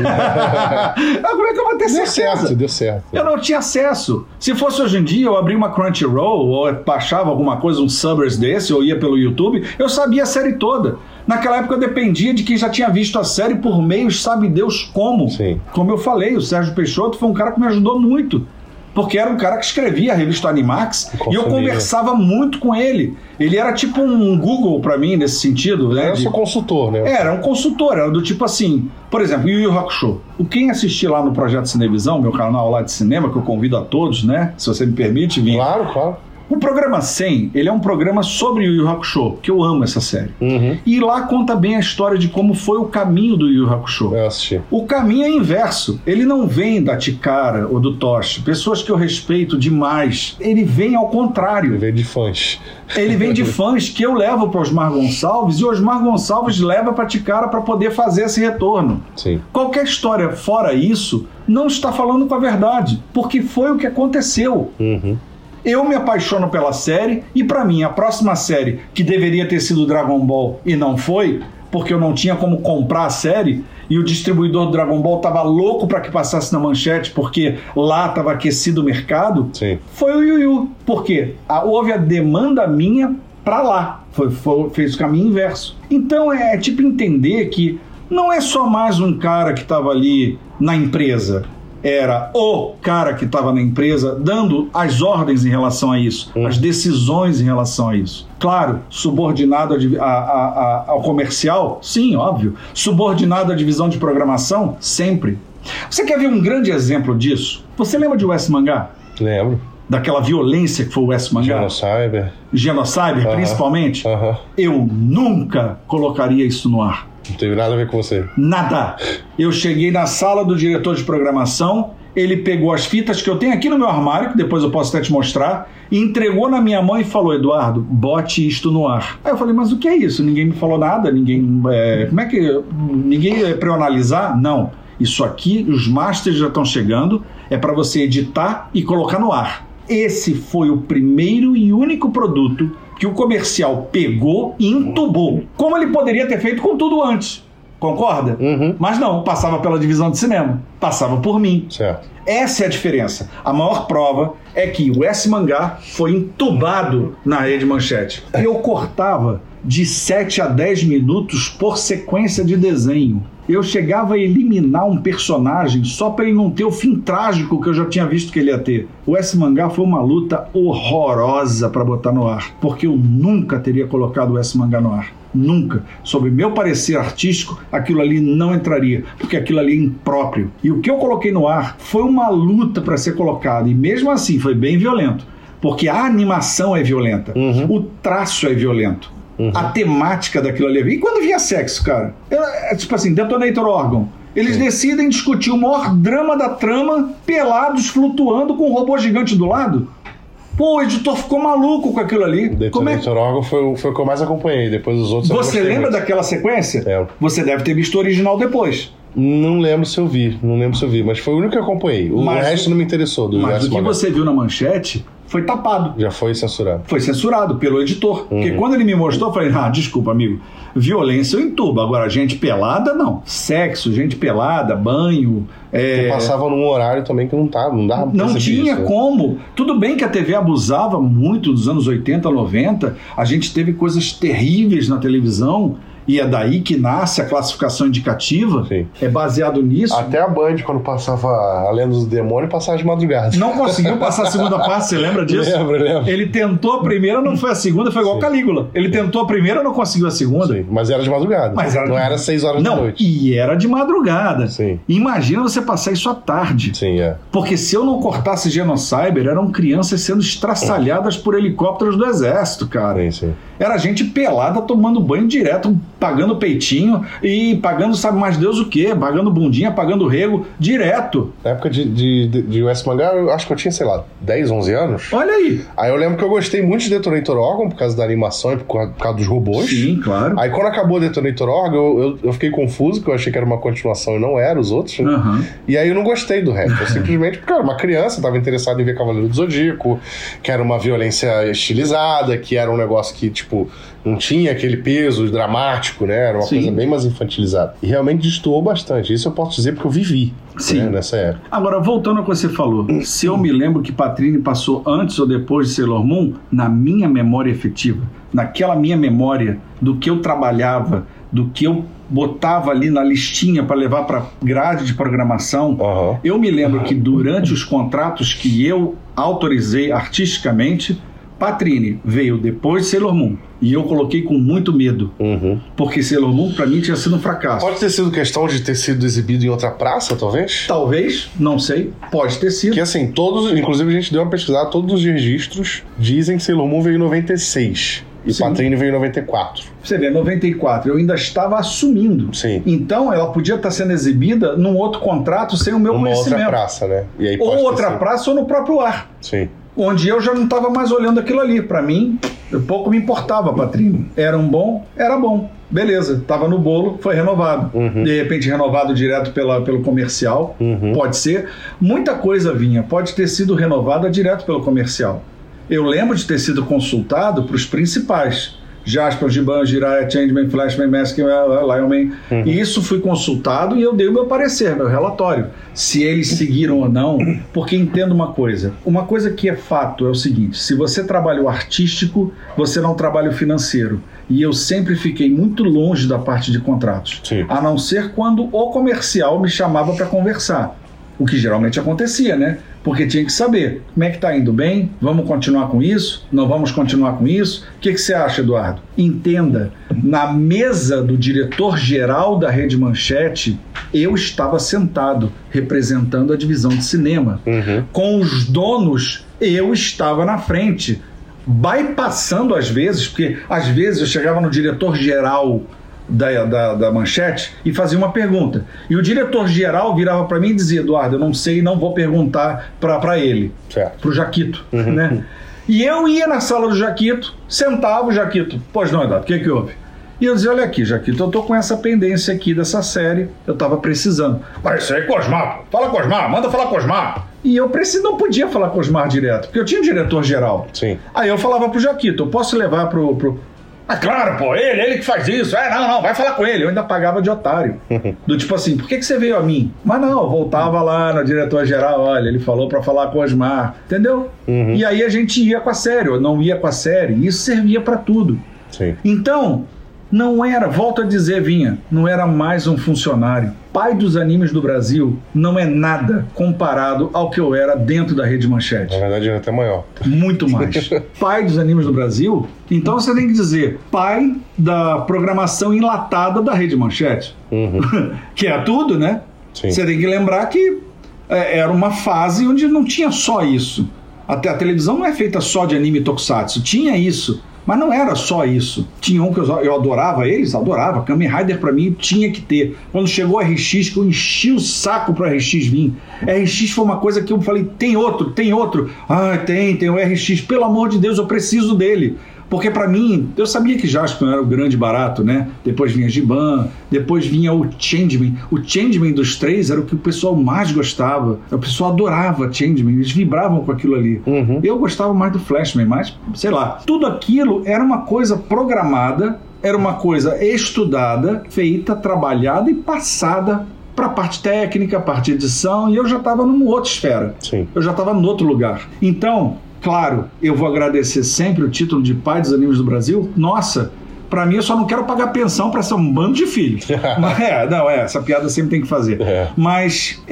Speaker 2: Como é que eu vou ter
Speaker 1: deu
Speaker 2: certeza?
Speaker 1: Deu certo, deu certo.
Speaker 2: Eu não tinha acesso. Se fosse hoje em dia, eu abri uma Crunchyroll ou baixava alguma coisa, um Subbers desse, ou ia pelo YouTube, eu sabia a série toda. Naquela época eu dependia de quem já tinha visto a série por meios, sabe Deus como.
Speaker 1: Sim.
Speaker 2: Como eu falei, o Sérgio Peixoto foi um cara que me ajudou muito. Porque era um cara que escrevia a revista Animax e eu conversava muito com ele. Ele era tipo um Google pra mim nesse sentido, né?
Speaker 1: Era seu consultor, né?
Speaker 2: Era um consultor, era do tipo assim, por exemplo, Yu Yu Hakusho. O quem assistir lá no Projeto Cinevisão, meu canal lá de cinema, que eu convido a todos, né? Se você me permite, Vinha.
Speaker 1: Claro, claro.
Speaker 2: O programa cem, ele é um programa sobre Yu Yu Hakusho, que eu amo essa série.
Speaker 1: Uhum.
Speaker 2: E lá conta bem a história de como foi o caminho do Yu Yu Hakusho.
Speaker 1: Eu assisti.
Speaker 2: O caminho é inverso. Ele não vem da Chikara ou do Toshi, pessoas que eu respeito demais. Ele vem ao contrário.
Speaker 1: Ele vem de fãs.
Speaker 2: Ele vem de fãs que eu levo para Osmar Gonçalves e o Osmar Gonçalves leva para Chikara para poder fazer esse retorno.
Speaker 1: Sim.
Speaker 2: Qualquer história fora isso não está falando com a verdade, porque foi o que aconteceu.
Speaker 1: Uhum.
Speaker 2: Eu me apaixono pela série e, pra mim, a próxima série, que deveria ter sido Dragon Ball e não foi, porque eu não tinha como comprar a série e o distribuidor do Dragon Ball tava louco para que passasse na Manchete porque lá tava aquecido o mercado,
Speaker 1: Sim.
Speaker 2: foi o Yu Yu. Por quê? A, houve a demanda minha para lá. Foi, foi, fez o caminho inverso. Então é, é tipo entender que não é só mais um cara que estava ali na empresa. Era o cara que estava na empresa dando as ordens em relação a isso, hum. as decisões em relação a isso. Claro, subordinado a, a, a, ao comercial, sim, óbvio. Subordinado à divisão de programação, sempre. Você quer ver um grande exemplo disso? Você lembra de U S Mangá?
Speaker 1: Lembro.
Speaker 2: Daquela violência que foi o U S Mangá?
Speaker 1: Genocyber.
Speaker 2: Genocyber, uh-huh. principalmente?
Speaker 1: Uh-huh.
Speaker 2: Eu nunca colocaria isso no ar.
Speaker 1: Não teve nada a ver com você.
Speaker 2: Nada. Eu cheguei na sala do diretor de programação, ele pegou as fitas que eu tenho aqui no meu armário, que depois eu posso até te mostrar, e entregou na minha mão e falou: Eduardo, bote isto no ar. Aí eu falei: mas o que é isso? Ninguém me falou nada, ninguém... É, como é que... Ninguém é pra eu analisar? Não. Isso aqui, os masters já estão chegando, é para você editar e colocar no ar. Esse foi o primeiro e único produto que o comercial pegou e entubou, como ele poderia ter feito com tudo antes. Concorda?
Speaker 1: Uhum.
Speaker 2: Mas não, passava pela divisão de cinema. Passava por mim.
Speaker 1: Certo.
Speaker 2: Essa é a diferença. A maior prova é que o U S Mangá foi entubado na Rede Manchete. Eu cortava de sete a dez minutos por sequência de desenho. Eu chegava a eliminar um personagem só para ele não ter o fim trágico que eu já tinha visto que ele ia ter. O U S Mangá foi uma luta horrorosa para botar no ar, porque eu nunca teria colocado o U S Mangá no ar. Nunca. Sob meu parecer artístico, aquilo ali não entraria, porque aquilo ali é impróprio. E o que eu coloquei no ar foi uma luta para ser colocado, e mesmo assim foi bem violento, porque a animação é violenta,
Speaker 1: uhum.
Speaker 2: o traço é violento. Uhum. A temática daquilo ali. E quando vinha sexo, cara? É, é tipo assim, Detonator Orgon. Eles Sim. decidem discutir o maior drama da trama, pelados, flutuando com um robô gigante do lado. Pô, o editor ficou maluco com aquilo ali.
Speaker 1: Detonator é... Orgon foi, foi o que eu mais acompanhei. Depois os outros...
Speaker 2: Você lembra muito. daquela sequência?
Speaker 1: É.
Speaker 2: Você deve ter visto o original depois.
Speaker 1: Não lembro se eu vi. Não lembro se eu vi. Mas foi o único que eu acompanhei. O mas, resto não me interessou. Do
Speaker 2: mas o que você viu na Manchete... foi tapado.
Speaker 1: Já foi censurado.
Speaker 2: Foi censurado pelo editor. Uhum. Porque quando ele me mostrou, eu falei: ah, desculpa, amigo, violência eu entubo. Agora, gente pelada, não. Sexo, gente pelada, banho... É...
Speaker 1: Porque passava num horário também que não tava, não dava pra
Speaker 2: Não tinha
Speaker 1: isso,
Speaker 2: como. Tudo bem que a T V abusava muito dos anos oitenta, noventa. A gente teve coisas terríveis na televisão. E é daí que nasce a classificação indicativa.
Speaker 1: Sim.
Speaker 2: É baseado nisso.
Speaker 1: Até a Band, quando passava A Lenda dos Demônios, passava de madrugada.
Speaker 2: Não conseguiu passar a segunda parte, você lembra disso?
Speaker 1: Lembro, lembro.
Speaker 2: Ele tentou a primeira, não foi a segunda, foi igual
Speaker 1: Sim.
Speaker 2: Calígula. Ele tentou a primeira, não conseguiu a segunda.
Speaker 1: Sim, mas era de madrugada.
Speaker 2: Mas era
Speaker 1: não
Speaker 2: de...
Speaker 1: era seis horas
Speaker 2: não,
Speaker 1: da noite.
Speaker 2: E era de madrugada.
Speaker 1: Sim.
Speaker 2: Imagina você passar isso à tarde.
Speaker 1: Sim, é.
Speaker 2: Porque se eu não cortasse Genocyber, eram crianças sendo estraçalhadas por helicópteros do exército, cara.
Speaker 1: Sim, sim.
Speaker 2: Era gente pelada tomando banho direto, pagando peitinho e pagando sabe mais Deus o quê, pagando bundinha, pagando rego, direto.
Speaker 1: Na época de, de, de, de U S Mangá, eu acho que eu tinha, sei lá, dez, onze anos.
Speaker 2: Olha aí.
Speaker 1: Aí eu lembro que eu gostei muito de Detonator Orgon por causa da animação e por causa, por causa dos robôs.
Speaker 2: Sim, claro.
Speaker 1: Aí quando acabou Detonator Orgon, eu, eu, eu fiquei confuso, porque eu achei que era uma continuação e não era os outros. Né?
Speaker 2: Uhum.
Speaker 1: E aí eu não gostei do resto. Eu simplesmente, porque eu era uma criança, tava interessado em ver Cavaleiro do Zodíaco, que era uma violência estilizada, que era um negócio que, tipo, não tinha aquele peso dramático, né? Era uma
Speaker 2: Sim.
Speaker 1: coisa bem mais infantilizada. E realmente destoou bastante. Isso eu posso dizer porque eu vivi né, nessa época.
Speaker 2: Agora, voltando ao que você falou, se eu me lembro que Patrine passou antes ou depois de Sailor Moon, na minha memória efetiva, naquela minha memória do que eu trabalhava, do que eu botava ali na listinha para levar para grade de programação,
Speaker 1: uhum.
Speaker 2: eu me lembro que durante os contratos que eu autorizei artisticamente, Patrine veio depois de Sailor Moon. E eu coloquei com muito medo.
Speaker 1: Uhum.
Speaker 2: Porque Sailor Moon, pra mim, tinha sido um fracasso.
Speaker 1: Pode ter sido questão de ter sido exibido em outra praça, talvez?
Speaker 2: Talvez, não sei. Pode ter sido.
Speaker 1: Que assim, todos, inclusive a gente deu uma pesquisada, todos os registros dizem que Sailor Moon veio em noventa e seis. E Sim. Patrine veio em noventa e quatro.
Speaker 2: Você vê, noventa e quatro, eu ainda estava assumindo.
Speaker 1: Sim.
Speaker 2: Então, ela podia estar sendo exibida num outro contrato sem o meu
Speaker 1: Uma
Speaker 2: conhecimento.
Speaker 1: outra praça, né? E aí
Speaker 2: ou outra praça ou no próprio ar.
Speaker 1: Sim.
Speaker 2: Onde eu já não estava mais olhando aquilo ali. Para mim, pouco me importava, Patrine. Era um bom, era bom. Beleza, estava no bolo, foi renovado.
Speaker 1: Uhum.
Speaker 2: De repente, renovado direto pela, pelo comercial.
Speaker 1: Uhum.
Speaker 2: Pode ser. Muita coisa vinha. Pode ter sido renovada direto pelo comercial. eu lembro de ter sido consultado para os principais. Jasper, Giban, Jiraiya, Changeman, Flashman, Maskman, Lionman. Uhum. E isso fui consultado e eu dei o meu parecer, meu relatório. Se eles seguiram ou não, porque entendo uma coisa. Uma coisa que é fato é o seguinte, se você trabalha o artístico, você não trabalha o financeiro. E eu sempre fiquei muito longe da parte de contratos. Sim. A não ser quando o comercial me chamava para conversar. O que geralmente acontecia, né? Porque tinha que saber, como é que tá indo bem? Vamos continuar com isso? Não vamos continuar com isso? O que, que você acha, Eduardo? Entenda, na mesa do diretor-geral da Rede Manchete, eu estava sentado, representando a divisão de cinema. Uhum. Com os donos, eu estava na frente, bypassando às vezes, porque às vezes eu chegava no diretor-geral Da, da, da Manchete e fazia uma pergunta. E o diretor-geral virava para mim e dizia, Eduardo, eu não sei, não vou perguntar para ele, para o Jaquito. Uhum. Né? E eu ia na sala do Jaquito, sentava o Jaquito. Pois não, Eduardo, o que que houve? E eu dizia, olha aqui, Jaquito, eu tô com essa pendência aqui dessa série, eu tava precisando. Mas isso aí é Cosmar, fala Cosmar, manda falar Cosmar. E eu preciso, não podia falar Cosmar direto, porque eu tinha um diretor-geral. Sim. Aí eu falava pro Jaquito, eu posso levar pro... pro Ah, claro, pô, ele, ele que faz isso. É, não, não, vai falar com ele. Eu ainda pagava de otário. Do tipo assim, por que, que você veio a mim? Mas não, eu voltava lá no diretor-geral, olha, ele falou pra falar com o Osmar, entendeu? Uhum. E aí a gente ia com a série, ou não ia com a série, e isso servia pra tudo. Sim. Então, não era, volto a dizer, Vinha, não era mais um funcionário. Pai dos animes do Brasil não é nada comparado ao que eu era dentro da Rede Manchete.
Speaker 1: Na verdade, era até maior.
Speaker 2: Muito mais. Pai dos animes do Brasil, então você tem que dizer pai da programação enlatada da Rede Manchete. Uhum. Que é tudo, né? Sim. Você tem que lembrar que é, era uma fase onde não tinha só isso. Até a televisão não é feita só de anime tokusatsu. Tinha isso. Mas não era só isso. Tinha um que eu, eu adorava eles, adorava. Kamen Rider pra mim tinha que ter. Quando chegou o R X, que eu enchi o saco pro R X vir. R X foi uma coisa que eu falei, tem outro, tem outro. Ah, tem, tem o R X. Pelo amor de Deus, eu preciso dele. Porque pra mim, eu sabia que Jasper era o grande barato, né? Depois vinha Giban, depois vinha o Changeman. O Changeman dos três era o que o pessoal mais gostava. O pessoal adorava Changeman, eles vibravam com aquilo ali. Uhum. Eu gostava mais do Flashman, mas, sei lá. Tudo aquilo era uma coisa programada, era uma coisa estudada, feita, trabalhada e passada para a parte técnica, a parte de edição, e eu já estava numa outra esfera. Sim. Eu já estava em outro lugar. Então... Claro, eu vou agradecer sempre o título de pai dos animes do Brasil. Nossa, pra mim eu só não quero pagar pensão pra ser um bando de filhos. Mas, é, não, é, essa piada sempre tem que fazer. É. Mas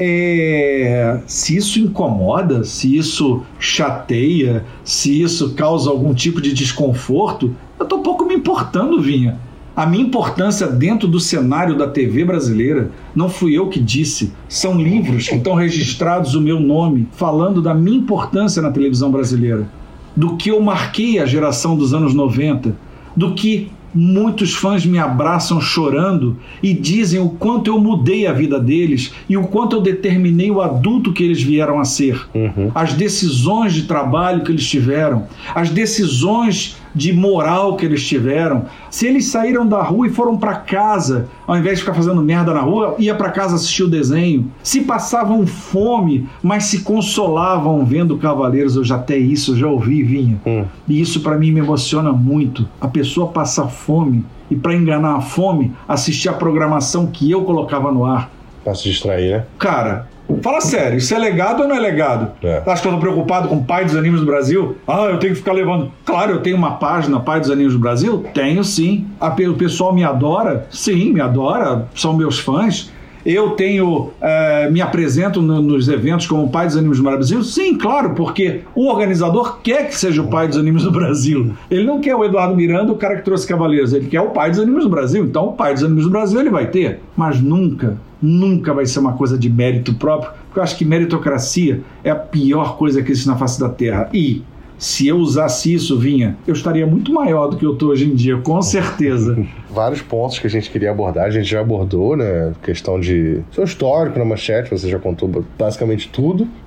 Speaker 2: é, se isso incomoda, se isso chateia, se isso causa algum tipo de desconforto, eu tô pouco me importando, Vinha. A minha importância dentro do cenário da T V brasileira não fui eu que disse. São livros que estão registrados o meu nome, falando da minha importância na televisão brasileira, do que eu marquei a geração dos anos noventa, do que muitos fãs me abraçam chorando e dizem o quanto eu mudei a vida deles e o quanto eu determinei o adulto que eles vieram a ser. Uhum. As decisões de trabalho que eles tiveram, as decisões de moral que eles tiveram. Se eles saíram da rua e foram para casa, ao invés de ficar fazendo merda na rua, ia para casa assistir o desenho. Se passavam fome, mas se consolavam vendo Cavaleiros, eu já até isso, eu já ouvi, Vinha. Hum. E isso para mim me emociona muito. A pessoa passa fome e para enganar a fome, assistir a programação que eu colocava no ar.
Speaker 1: Pra se distrair, né?
Speaker 2: Cara... Fala sério, isso é legado ou não é legado? É. Acho que eu tô preocupado com o Pai dos Animes do Brasil? Ah, eu tenho que ficar levando... Claro, eu tenho uma página Pai dos Animes do Brasil? Tenho, sim. A, o pessoal me adora? Sim, me adora. São meus fãs. Eu tenho... É, me apresento no, nos eventos como Pai dos Animes do Brasil? Sim, claro, porque o organizador quer que seja o Pai dos Animes do Brasil. Ele não quer o Eduardo Miranda, o cara que trouxe Cavaleiros. Ele quer o Pai dos Animes do Brasil. Então, o Pai dos Animes do Brasil ele vai ter. Mas nunca... Nunca vai ser uma coisa de mérito próprio, porque eu acho que meritocracia é a pior coisa que existe na face da Terra. E se eu usasse isso, Vinha, eu estaria muito maior do que eu estou hoje em dia, com certeza.
Speaker 1: Vários pontos que a gente queria abordar, a gente já abordou, né? Questão de seu histórico na Manchete, você já contou basicamente tudo.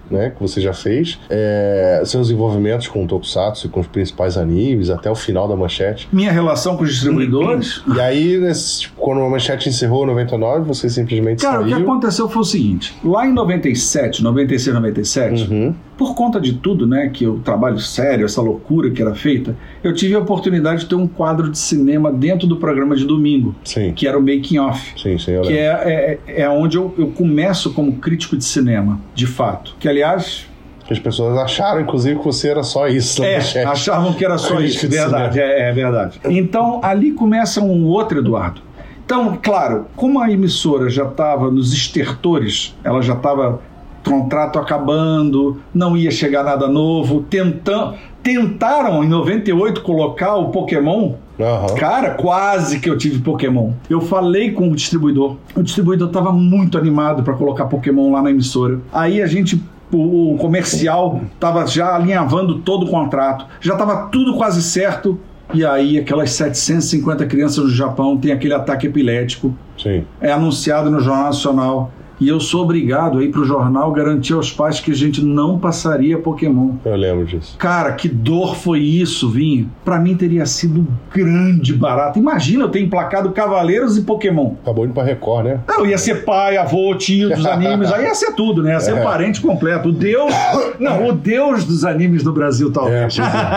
Speaker 1: né, que você já fez, é, seus envolvimentos com o Tokusatsu e com os principais animes, até o final da Manchete.
Speaker 2: Minha relação com os distribuidores.
Speaker 1: E aí, nesse, quando a Manchete encerrou em noventa e nove, você simplesmente
Speaker 2: Cara,
Speaker 1: saiu.
Speaker 2: o que aconteceu foi o seguinte, lá em noventa e sete, noventa e seis, noventa e sete,
Speaker 1: Uhum.
Speaker 2: por conta de tudo, né, que o trabalho sério, essa loucura que era feita, eu tive a oportunidade de ter um quadro de cinema dentro do programa de domingo,
Speaker 1: Sim.
Speaker 2: que era o Making Off.
Speaker 1: Sim, sim, eu
Speaker 2: Que
Speaker 1: lembro.
Speaker 2: é, é, é onde eu, eu começo como crítico de cinema, de fato. Que, aliás,
Speaker 1: As pessoas acharam, inclusive, que você era só isso.
Speaker 2: é,
Speaker 1: Manchete.
Speaker 2: achavam que era só
Speaker 1: Crítico
Speaker 2: isso.
Speaker 1: de
Speaker 2: Verdade, é, é verdade. Então, ali começa um outro Eduardo. Então, claro, como a emissora já estava nos estertores, ela já estava contrato acabando, não ia chegar nada novo, tentam, tentaram em noventa e oito colocar o Pokémon.
Speaker 1: Uhum.
Speaker 2: Cara, quase que eu tive Pokémon. Eu falei com o distribuidor. O distribuidor estava muito animado para colocar Pokémon lá na emissora. Aí a gente, o, o comercial estava já alinhavando todo o contrato. Já estava tudo quase certo. E aí aquelas setecentas e cinquenta crianças no Japão têm aquele ataque epilético.
Speaker 1: Sim.
Speaker 2: É anunciado no Jornal Nacional. E eu sou obrigado a ir pro jornal garantir aos pais que a gente não passaria Pokémon.
Speaker 1: Eu lembro disso.
Speaker 2: Cara, que dor foi isso, Vinha? Pra mim teria sido um grande barato. Imagina eu ter emplacado Cavaleiros e Pokémon.
Speaker 1: Acabou indo pra Record, né?
Speaker 2: Eu ia ser pai, avô, tio dos animes, aí ia ser tudo, né? Ia ser
Speaker 1: É.
Speaker 2: o parente completo. O deus... Não, o deus dos animes do Brasil,
Speaker 1: É,
Speaker 2: talvez.
Speaker 1: pois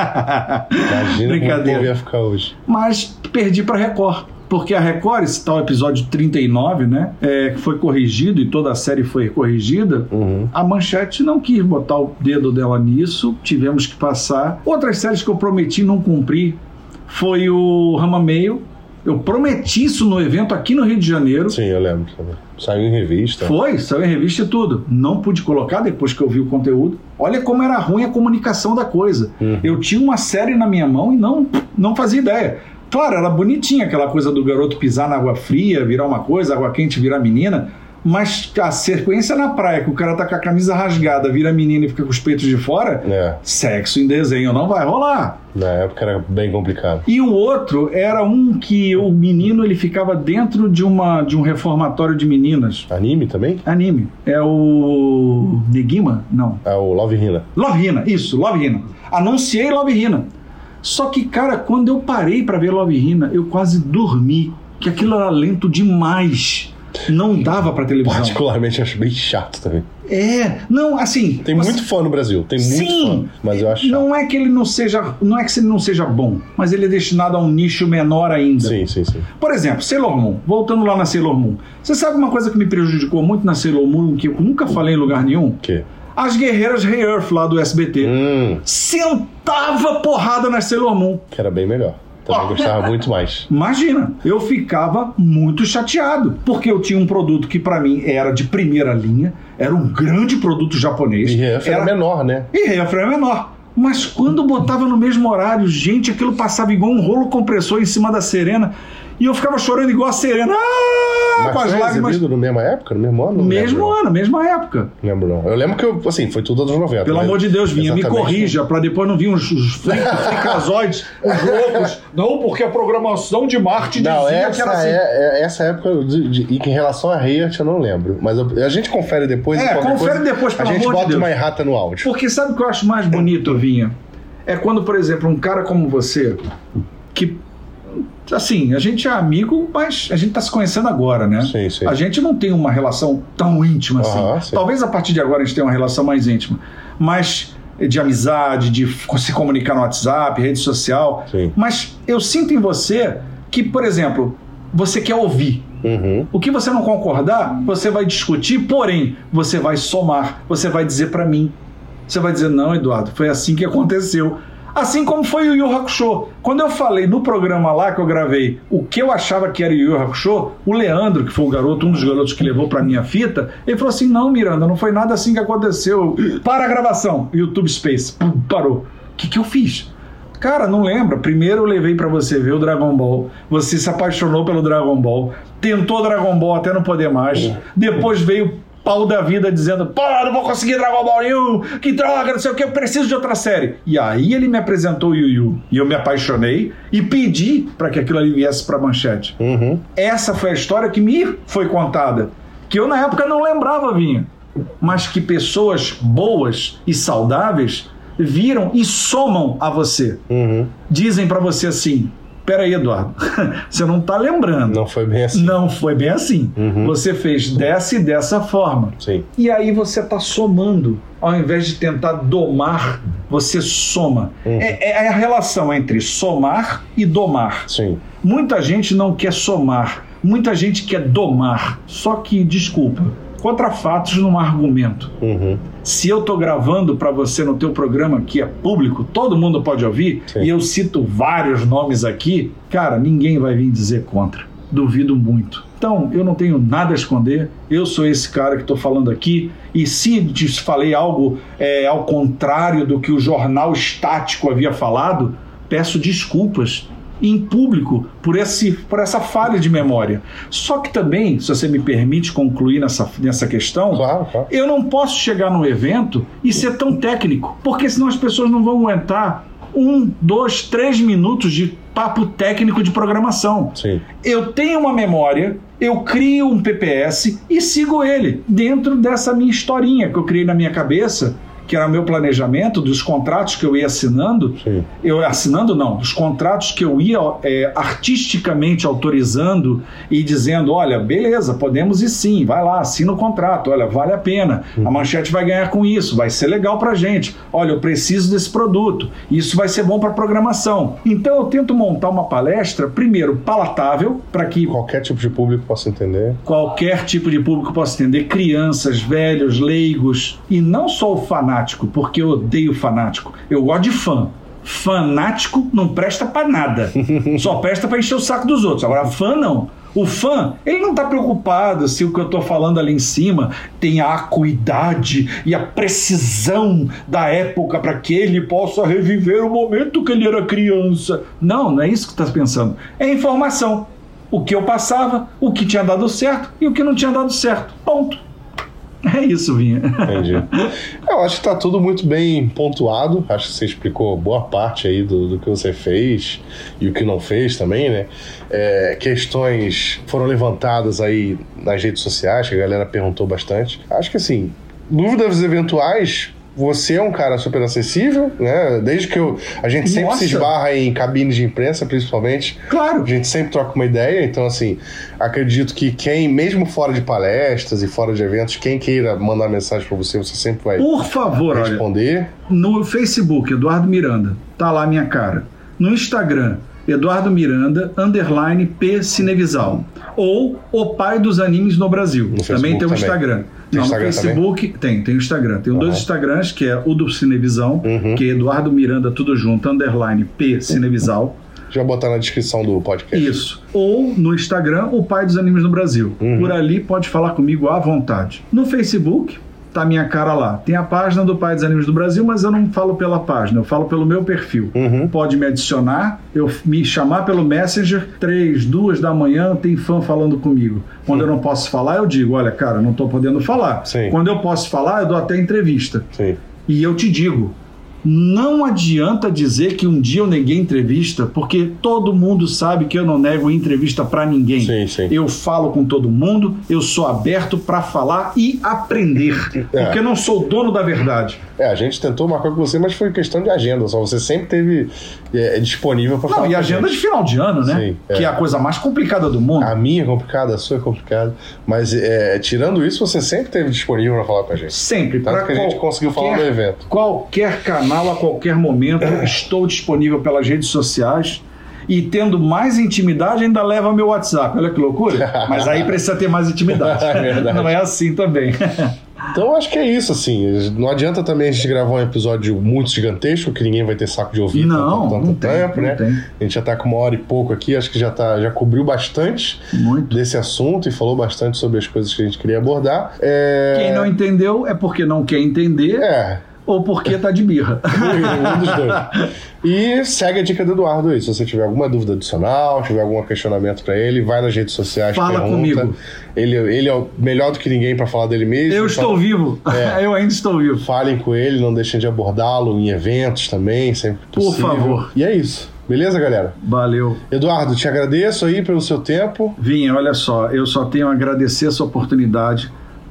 Speaker 1: é. Imagina como o
Speaker 2: Brincadeira.
Speaker 1: povo ia ficar hoje.
Speaker 2: Mas perdi pra Record. Porque a Record, esse tal episódio trinta e nove, né, é, que foi corrigido e toda a série foi corrigida,
Speaker 1: Uhum.
Speaker 2: a Manchete não quis botar o dedo dela nisso, tivemos que passar. Outras séries que eu prometi não cumpri foi o Rama Meio. Eu prometi isso no evento aqui no Rio de Janeiro.
Speaker 1: Sim, eu lembro. Saiu em revista.
Speaker 2: Foi, saiu em revista e tudo. Não pude colocar depois que eu vi o conteúdo. Olha como era ruim a comunicação da coisa.
Speaker 1: Uhum.
Speaker 2: Eu tinha uma série na minha mão e não, não fazia ideia. Claro, era bonitinha aquela coisa do garoto pisar na água fria, virar uma coisa, água quente virar menina, mas a sequência na praia, que o cara tá com a camisa rasgada, vira menina e fica com os peitos de fora,
Speaker 1: É,
Speaker 2: sexo em desenho não vai rolar.
Speaker 1: na época era bem complicado.
Speaker 2: E o outro era um que o menino ele ficava dentro de, uma, de um reformatório de meninas.
Speaker 1: Anime também?
Speaker 2: Anime. É o Negima? Não.
Speaker 1: É o Love Hina.
Speaker 2: Love Hina, isso, Love Hina. Anunciei Love Hina. Só que, cara, quando eu parei pra ver Love Hina, eu quase dormi. Que aquilo era lento demais. Não dava pra televisão.
Speaker 1: Particularmente acho bem chato também.
Speaker 2: É, não, assim...
Speaker 1: Tem
Speaker 2: você-
Speaker 1: muito fã no Brasil, tem muito
Speaker 2: Sim,
Speaker 1: fã, mas eu acho chato.
Speaker 2: não é que ele não seja, não é que ele não seja bom, mas ele é destinado a um nicho menor ainda.
Speaker 1: Sim, sim, sim.
Speaker 2: Por exemplo, Sailor Moon, voltando lá na Sailor Moon. Você sabe uma coisa que me prejudicou muito na Sailor Moon, que eu nunca falei em lugar nenhum?
Speaker 1: O quê?
Speaker 2: As guerreiras Rei Earth lá do S B T.
Speaker 1: Hum,
Speaker 2: Sentava porrada na Sailor Moon.
Speaker 1: que era bem melhor. Também
Speaker 2: Ó.
Speaker 1: gostava muito mais.
Speaker 2: Imagina, eu ficava muito chateado, porque eu tinha um produto que pra mim era de primeira linha, era um grande produto japonês.
Speaker 1: E Ref era menor, né?
Speaker 2: E Refra é menor. Mas quando botava no mesmo horário, gente, aquilo passava igual um rolo compressor em cima da Serena. E eu ficava chorando igual a Serena. Ah,
Speaker 1: Mas
Speaker 2: com as
Speaker 1: foi
Speaker 2: lágrimas.
Speaker 1: exibido na mesma época? No mesmo ano? Não
Speaker 2: Mesmo
Speaker 1: lembro,
Speaker 2: ano, mesma época.
Speaker 1: não. Lembro não. Eu lembro que, eu, assim, foi tudo anos noventa.
Speaker 2: Pelo
Speaker 1: mas
Speaker 2: amor de Deus, Vinha, me
Speaker 1: exatamente-
Speaker 2: corrija, pra depois não vir uns, uns fricazoides, os loucos. Não, porque a programação de Marte
Speaker 1: Não,
Speaker 2: dizia que
Speaker 1: essa,
Speaker 2: era assim.
Speaker 1: é, é- essa época, de, de, e que em relação a Riot eu não lembro. Mas eu- a gente confere depois.
Speaker 2: É,
Speaker 1: e qualquer
Speaker 2: confere
Speaker 1: coisa,
Speaker 2: depois,
Speaker 1: A
Speaker 2: pelo
Speaker 1: gente
Speaker 2: amor de
Speaker 1: bota
Speaker 2: Deus.
Speaker 1: uma errata no áudio.
Speaker 2: Porque sabe o que eu acho mais bonito, Vinha? É quando, por exemplo, um cara como você, que, assim, a gente é amigo, mas a gente tá se conhecendo agora, né?
Speaker 1: Sim, sim.
Speaker 2: A gente não tem uma relação tão íntima assim.
Speaker 1: Aham, sim.
Speaker 2: Talvez a partir de agora a gente tenha uma relação mais íntima. Mas de amizade, de f- se comunicar no WhatsApp, rede social.
Speaker 1: Sim.
Speaker 2: Mas eu sinto em você que, por exemplo, você quer ouvir.
Speaker 1: Uhum.
Speaker 2: O que você não concordar, você vai discutir, porém, você vai somar, você vai dizer pra mim. Você vai dizer, não, Eduardo, foi assim que aconteceu. Assim como foi o Yu Yu Hakusho. Quando eu falei no programa lá que eu gravei o que eu achava que era o Yu Yu Hakusho, o Leandro, que foi o garoto, um dos garotos que levou pra minha fita, ele falou assim, não, Miranda, não foi nada assim que aconteceu. Para a gravação. YouTube Space. Pum, parou. O que que eu fiz? Cara, não lembra. Primeiro eu levei pra você ver o Dragon Ball. Você se apaixonou pelo Dragon Ball. Tentou Dragon Ball até não poder mais. Depois veio pau da vida dizendo, pô, não vou conseguir Dragon Ball nenhum, que droga, não sei o que, eu preciso de outra série. E aí ele me apresentou o Yu Yu. E eu me apaixonei e pedi pra que aquilo ali viesse pra Manchete.
Speaker 1: Uhum.
Speaker 2: Essa foi a história que me foi contada. Que eu na época não lembrava, Vinha. mas que pessoas boas e saudáveis viram e somam a você.
Speaker 1: Uhum.
Speaker 2: Dizem para você assim: peraí, Eduardo, você não está lembrando.
Speaker 1: Não foi bem assim.
Speaker 2: Não foi bem assim. Uhum. Você fez dessa e dessa forma.
Speaker 1: Sim.
Speaker 2: E aí você está somando. Ao invés de tentar domar, você soma. Uhum. É, é a relação entre somar e domar.
Speaker 1: Sim.
Speaker 2: Muita gente não quer somar. Muita gente quer domar. Só que, desculpa, contra fatos não há argumento.
Speaker 1: Uhum.
Speaker 2: Se eu estou gravando para você no teu programa que é público, todo mundo pode ouvir,
Speaker 1: sim,
Speaker 2: e eu cito vários nomes aqui, cara, ninguém vai vir dizer contra. Duvido muito. Então, eu não tenho nada a esconder, eu sou esse cara que estou falando aqui, e se te falei algo é, ao contrário do que o jornal estático havia falado, peço desculpas em público por, esse, por essa falha de memória. Só que também, se você me permite concluir nessa, nessa questão,
Speaker 1: claro, claro,
Speaker 2: eu não posso chegar num evento e ser tão técnico, porque senão as pessoas não vão aguentar um, dois, três minutos de papo técnico de programação.
Speaker 1: Sim.
Speaker 2: Eu tenho uma memória, eu crio um P P S e sigo ele dentro dessa minha historinha que eu criei na minha cabeça, que era o meu planejamento, dos contratos que eu ia assinando.
Speaker 1: Sim.
Speaker 2: Eu assinando não, dos contratos que eu ia é, artisticamente autorizando e dizendo, olha, beleza, podemos ir sim, vai lá, assina o contrato, olha, vale a pena, hum. a Manchete vai ganhar com isso, vai ser legal pra gente, olha, eu preciso desse produto, isso vai ser bom para programação. Então eu tento montar uma palestra, primeiro, palatável, para que
Speaker 1: qualquer tipo de público possa entender.
Speaker 2: Qualquer tipo de público possa entender, crianças, velhos, leigos, e não só o fanático, porque eu odeio fanático. Eu gosto de fã. Fanático não presta pra nada. Só presta pra encher o saco dos outros. Agora, fã não. O fã, ele não tá preocupado se o que eu tô falando ali em cima tem a acuidade e a precisão da época para que ele possa reviver o momento que ele era criança. Não, não é isso que tá pensando. É informação. O que eu passava, o que tinha dado certo e o que não tinha dado certo. Ponto. É isso, Vinha.
Speaker 1: Entendi. Eu acho que está tudo muito bem pontuado. Acho que você explicou boa parte aí do, do que você fez e o que não fez também, né? É, questões foram levantadas aí nas redes sociais, que a galera perguntou bastante. Acho que, assim, dúvidas eventuais... Você é um cara super acessível, né? Desde que eu, a gente sempre Nossa. se esbarra em cabines de imprensa, principalmente.
Speaker 2: Claro.
Speaker 1: A gente sempre troca uma ideia. Então, assim, acredito que quem, mesmo fora de palestras e fora de eventos, quem queira mandar mensagem para você, você sempre vai
Speaker 2: Por favor,
Speaker 1: responder.
Speaker 2: Olha, no Facebook, Eduardo Miranda, tá lá a minha cara. No Instagram, Eduardo Miranda, underline P Cinevisal. Ou O Pai dos Animes no Brasil. No também tem o Instagram.
Speaker 1: Tem
Speaker 2: Não,
Speaker 1: Instagram
Speaker 2: no Facebook
Speaker 1: também?
Speaker 2: tem, tem o Instagram. Tem uhum. dois Instagrams, que é o do Cinevisão,
Speaker 1: uhum.
Speaker 2: que é Eduardo Miranda, tudo junto, underline P Cinevisal.
Speaker 1: Já vou botar na descrição do podcast.
Speaker 2: Isso. Ou no Instagram, O Pai dos Animes no Brasil. Uhum. Por ali pode falar comigo à vontade. No Facebook, tá a minha cara lá. Tem a página do Pai dos Animes do Brasil, mas eu não falo pela página, eu falo pelo meu perfil.
Speaker 1: Uhum.
Speaker 2: Pode me adicionar, eu me chamar pelo Messenger, três, duas da manhã, tem fã falando comigo. Quando uhum. eu não posso falar, eu digo, olha, cara, não tô podendo falar.
Speaker 1: Sim.
Speaker 2: Quando eu posso falar, eu dou até entrevista.
Speaker 1: Sim.
Speaker 2: E eu te digo, não adianta dizer que um dia eu neguei entrevista, porque todo mundo sabe que eu não nego entrevista pra ninguém.
Speaker 1: Sim, sim.
Speaker 2: Eu falo com todo mundo, eu sou aberto pra falar e aprender,
Speaker 1: é.
Speaker 2: porque eu não sou dono da verdade.
Speaker 1: É, a gente tentou marcar com você, mas foi questão de agenda, só você sempre teve é, disponível pra falar.
Speaker 2: Não, e agenda de final de ano, né?
Speaker 1: Sim, é.
Speaker 2: Que é a coisa mais complicada do mundo.
Speaker 1: A minha é complicada, a sua é complicada, mas é, tirando isso, você sempre teve disponível pra falar com a gente.
Speaker 2: Sempre.
Speaker 1: Tanto que a gente conseguiu falar no evento.
Speaker 2: Qualquer canal, a qualquer momento, estou disponível pelas redes sociais. E tendo mais intimidade, ainda leva meu WhatsApp. Olha que loucura. Mas aí precisa ter mais intimidade.
Speaker 1: É verdade.
Speaker 2: Não é assim também.
Speaker 1: Então acho que é isso, assim. Não adianta também a gente gravar um episódio muito gigantesco, que ninguém vai ter saco de ouvir
Speaker 2: não,
Speaker 1: por tanto
Speaker 2: não
Speaker 1: tempo,
Speaker 2: tem,
Speaker 1: né?
Speaker 2: Não tem.
Speaker 1: A gente já tá com uma hora e pouco aqui, acho que já, tá, já cobriu bastante
Speaker 2: muito.
Speaker 1: desse assunto e falou bastante sobre as coisas que a gente queria abordar. É...
Speaker 2: Quem não entendeu é porque não quer entender.
Speaker 1: É.
Speaker 2: Ou porque tá de birra.
Speaker 1: Um dos dois. E segue a dica do Eduardo aí. Se você tiver alguma dúvida adicional, tiver algum questionamento pra ele, vai nas redes sociais,
Speaker 2: fala
Speaker 1: pergunta.
Speaker 2: comigo.
Speaker 1: Ele, ele é melhor do que ninguém pra falar dele mesmo.
Speaker 2: Eu estou
Speaker 1: fala...
Speaker 2: vivo. É. Eu ainda estou vivo.
Speaker 1: Falem com ele, não deixem de abordá-lo em eventos também, sempre possível.
Speaker 2: Por favor.
Speaker 1: E é isso. Beleza, galera?
Speaker 2: Valeu.
Speaker 1: Eduardo, te agradeço aí pelo seu tempo.
Speaker 2: Vinha, olha só, eu só tenho a agradecer essa oportunidade,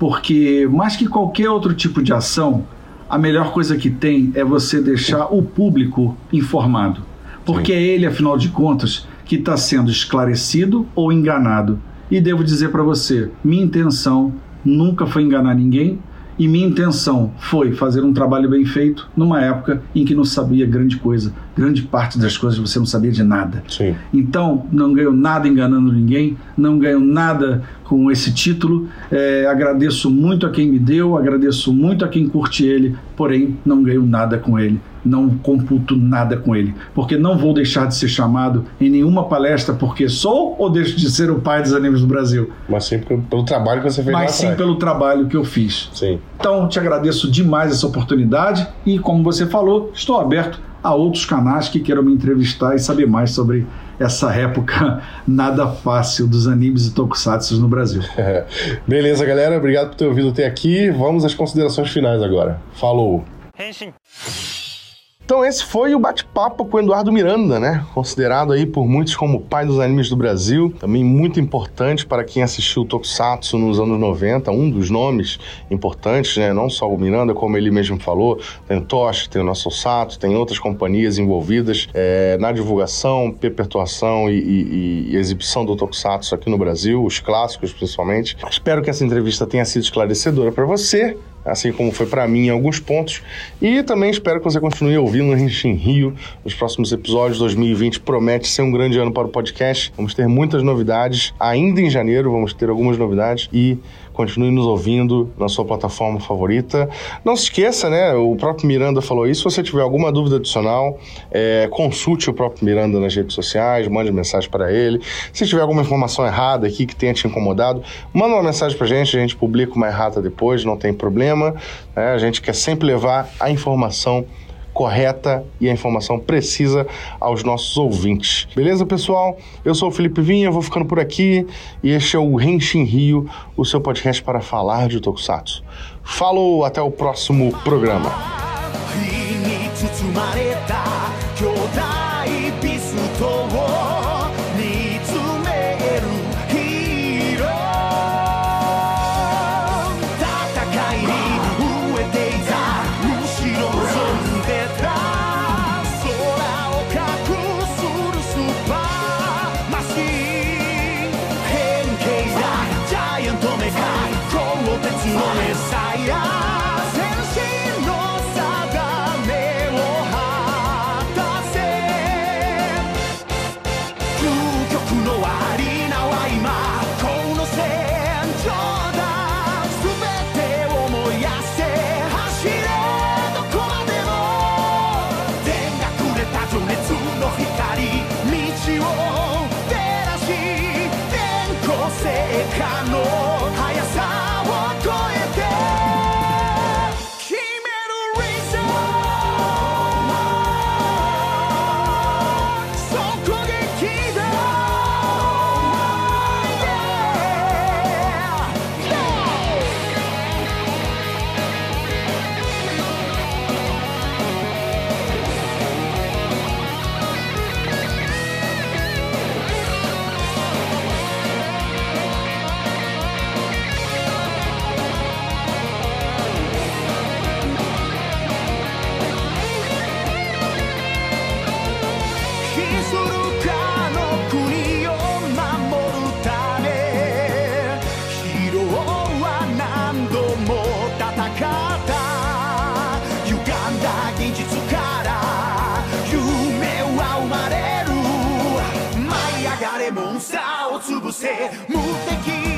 Speaker 2: porque mais que qualquer outro tipo de ação, a melhor coisa que tem é você deixar o público informado. Porque Sim. é ele, afinal de contas, que está sendo esclarecido ou enganado. E devo dizer para você, minha intenção nunca foi enganar ninguém, e minha intenção foi fazer um trabalho bem feito numa época em que não sabia grande coisa. Grande parte das coisas você não sabia de nada.
Speaker 1: Sim.
Speaker 2: Então, não ganho nada enganando ninguém, não ganho nada com esse título. É, agradeço muito a quem me deu, agradeço muito a quem curte ele, porém, não ganho nada com ele. Não computo nada com ele, porque não vou deixar de ser chamado em nenhuma palestra porque sou ou deixo de ser o pai dos animes do Brasil.
Speaker 1: Mas sim pelo trabalho que você fez.
Speaker 2: Mas sim pelo trabalho que eu fiz.
Speaker 1: Sim.
Speaker 2: Então, te agradeço demais essa oportunidade e, como você falou, estou aberto a outros canais que queiram me entrevistar e saber mais sobre essa época nada fácil dos animes e tokusatsu no Brasil.
Speaker 1: Beleza, galera. Obrigado por ter ouvido até aqui. Vamos às considerações finais agora. Falou! Henshin. Então esse foi o bate-papo com o Eduardo Miranda, né? Considerado aí por muitos como o pai dos animes do Brasil, também muito importante para quem assistiu o Tokusatsu nos anos noventa, um dos nomes importantes, né? Não só o Miranda, como ele mesmo falou, tem o Toshi, tem o Nasosato, tem outras companhias envolvidas é, na divulgação, perpetuação e, e, e exibição do Tokusatsu aqui no Brasil, os clássicos principalmente. Espero que essa entrevista tenha sido esclarecedora para você, assim como foi para mim em alguns pontos, e também espero que você continue ouvindo o Henshin Rio nos próximos episódios. Dois mil e vinte promete ser um grande ano para o podcast, vamos ter muitas novidades, ainda em janeiro vamos ter algumas novidades, e continue nos ouvindo na sua plataforma favorita. Não se esqueça, né? O próprio Miranda falou isso. Se você tiver alguma dúvida adicional, é, consulte o próprio Miranda nas redes sociais, mande mensagem para ele. Se tiver alguma informação errada aqui que tenha te incomodado, manda uma mensagem pra gente, a gente publica uma errata depois, não tem problema. Né? A gente quer sempre levar a informação correta e a informação precisa aos nossos ouvintes. Beleza, pessoal? Eu sou o Felipe Vinha, vou ficando por aqui e este é o Henshin Rio, o seu podcast para falar de Tokusatsu. Falou, até o próximo programa. Monster 無敵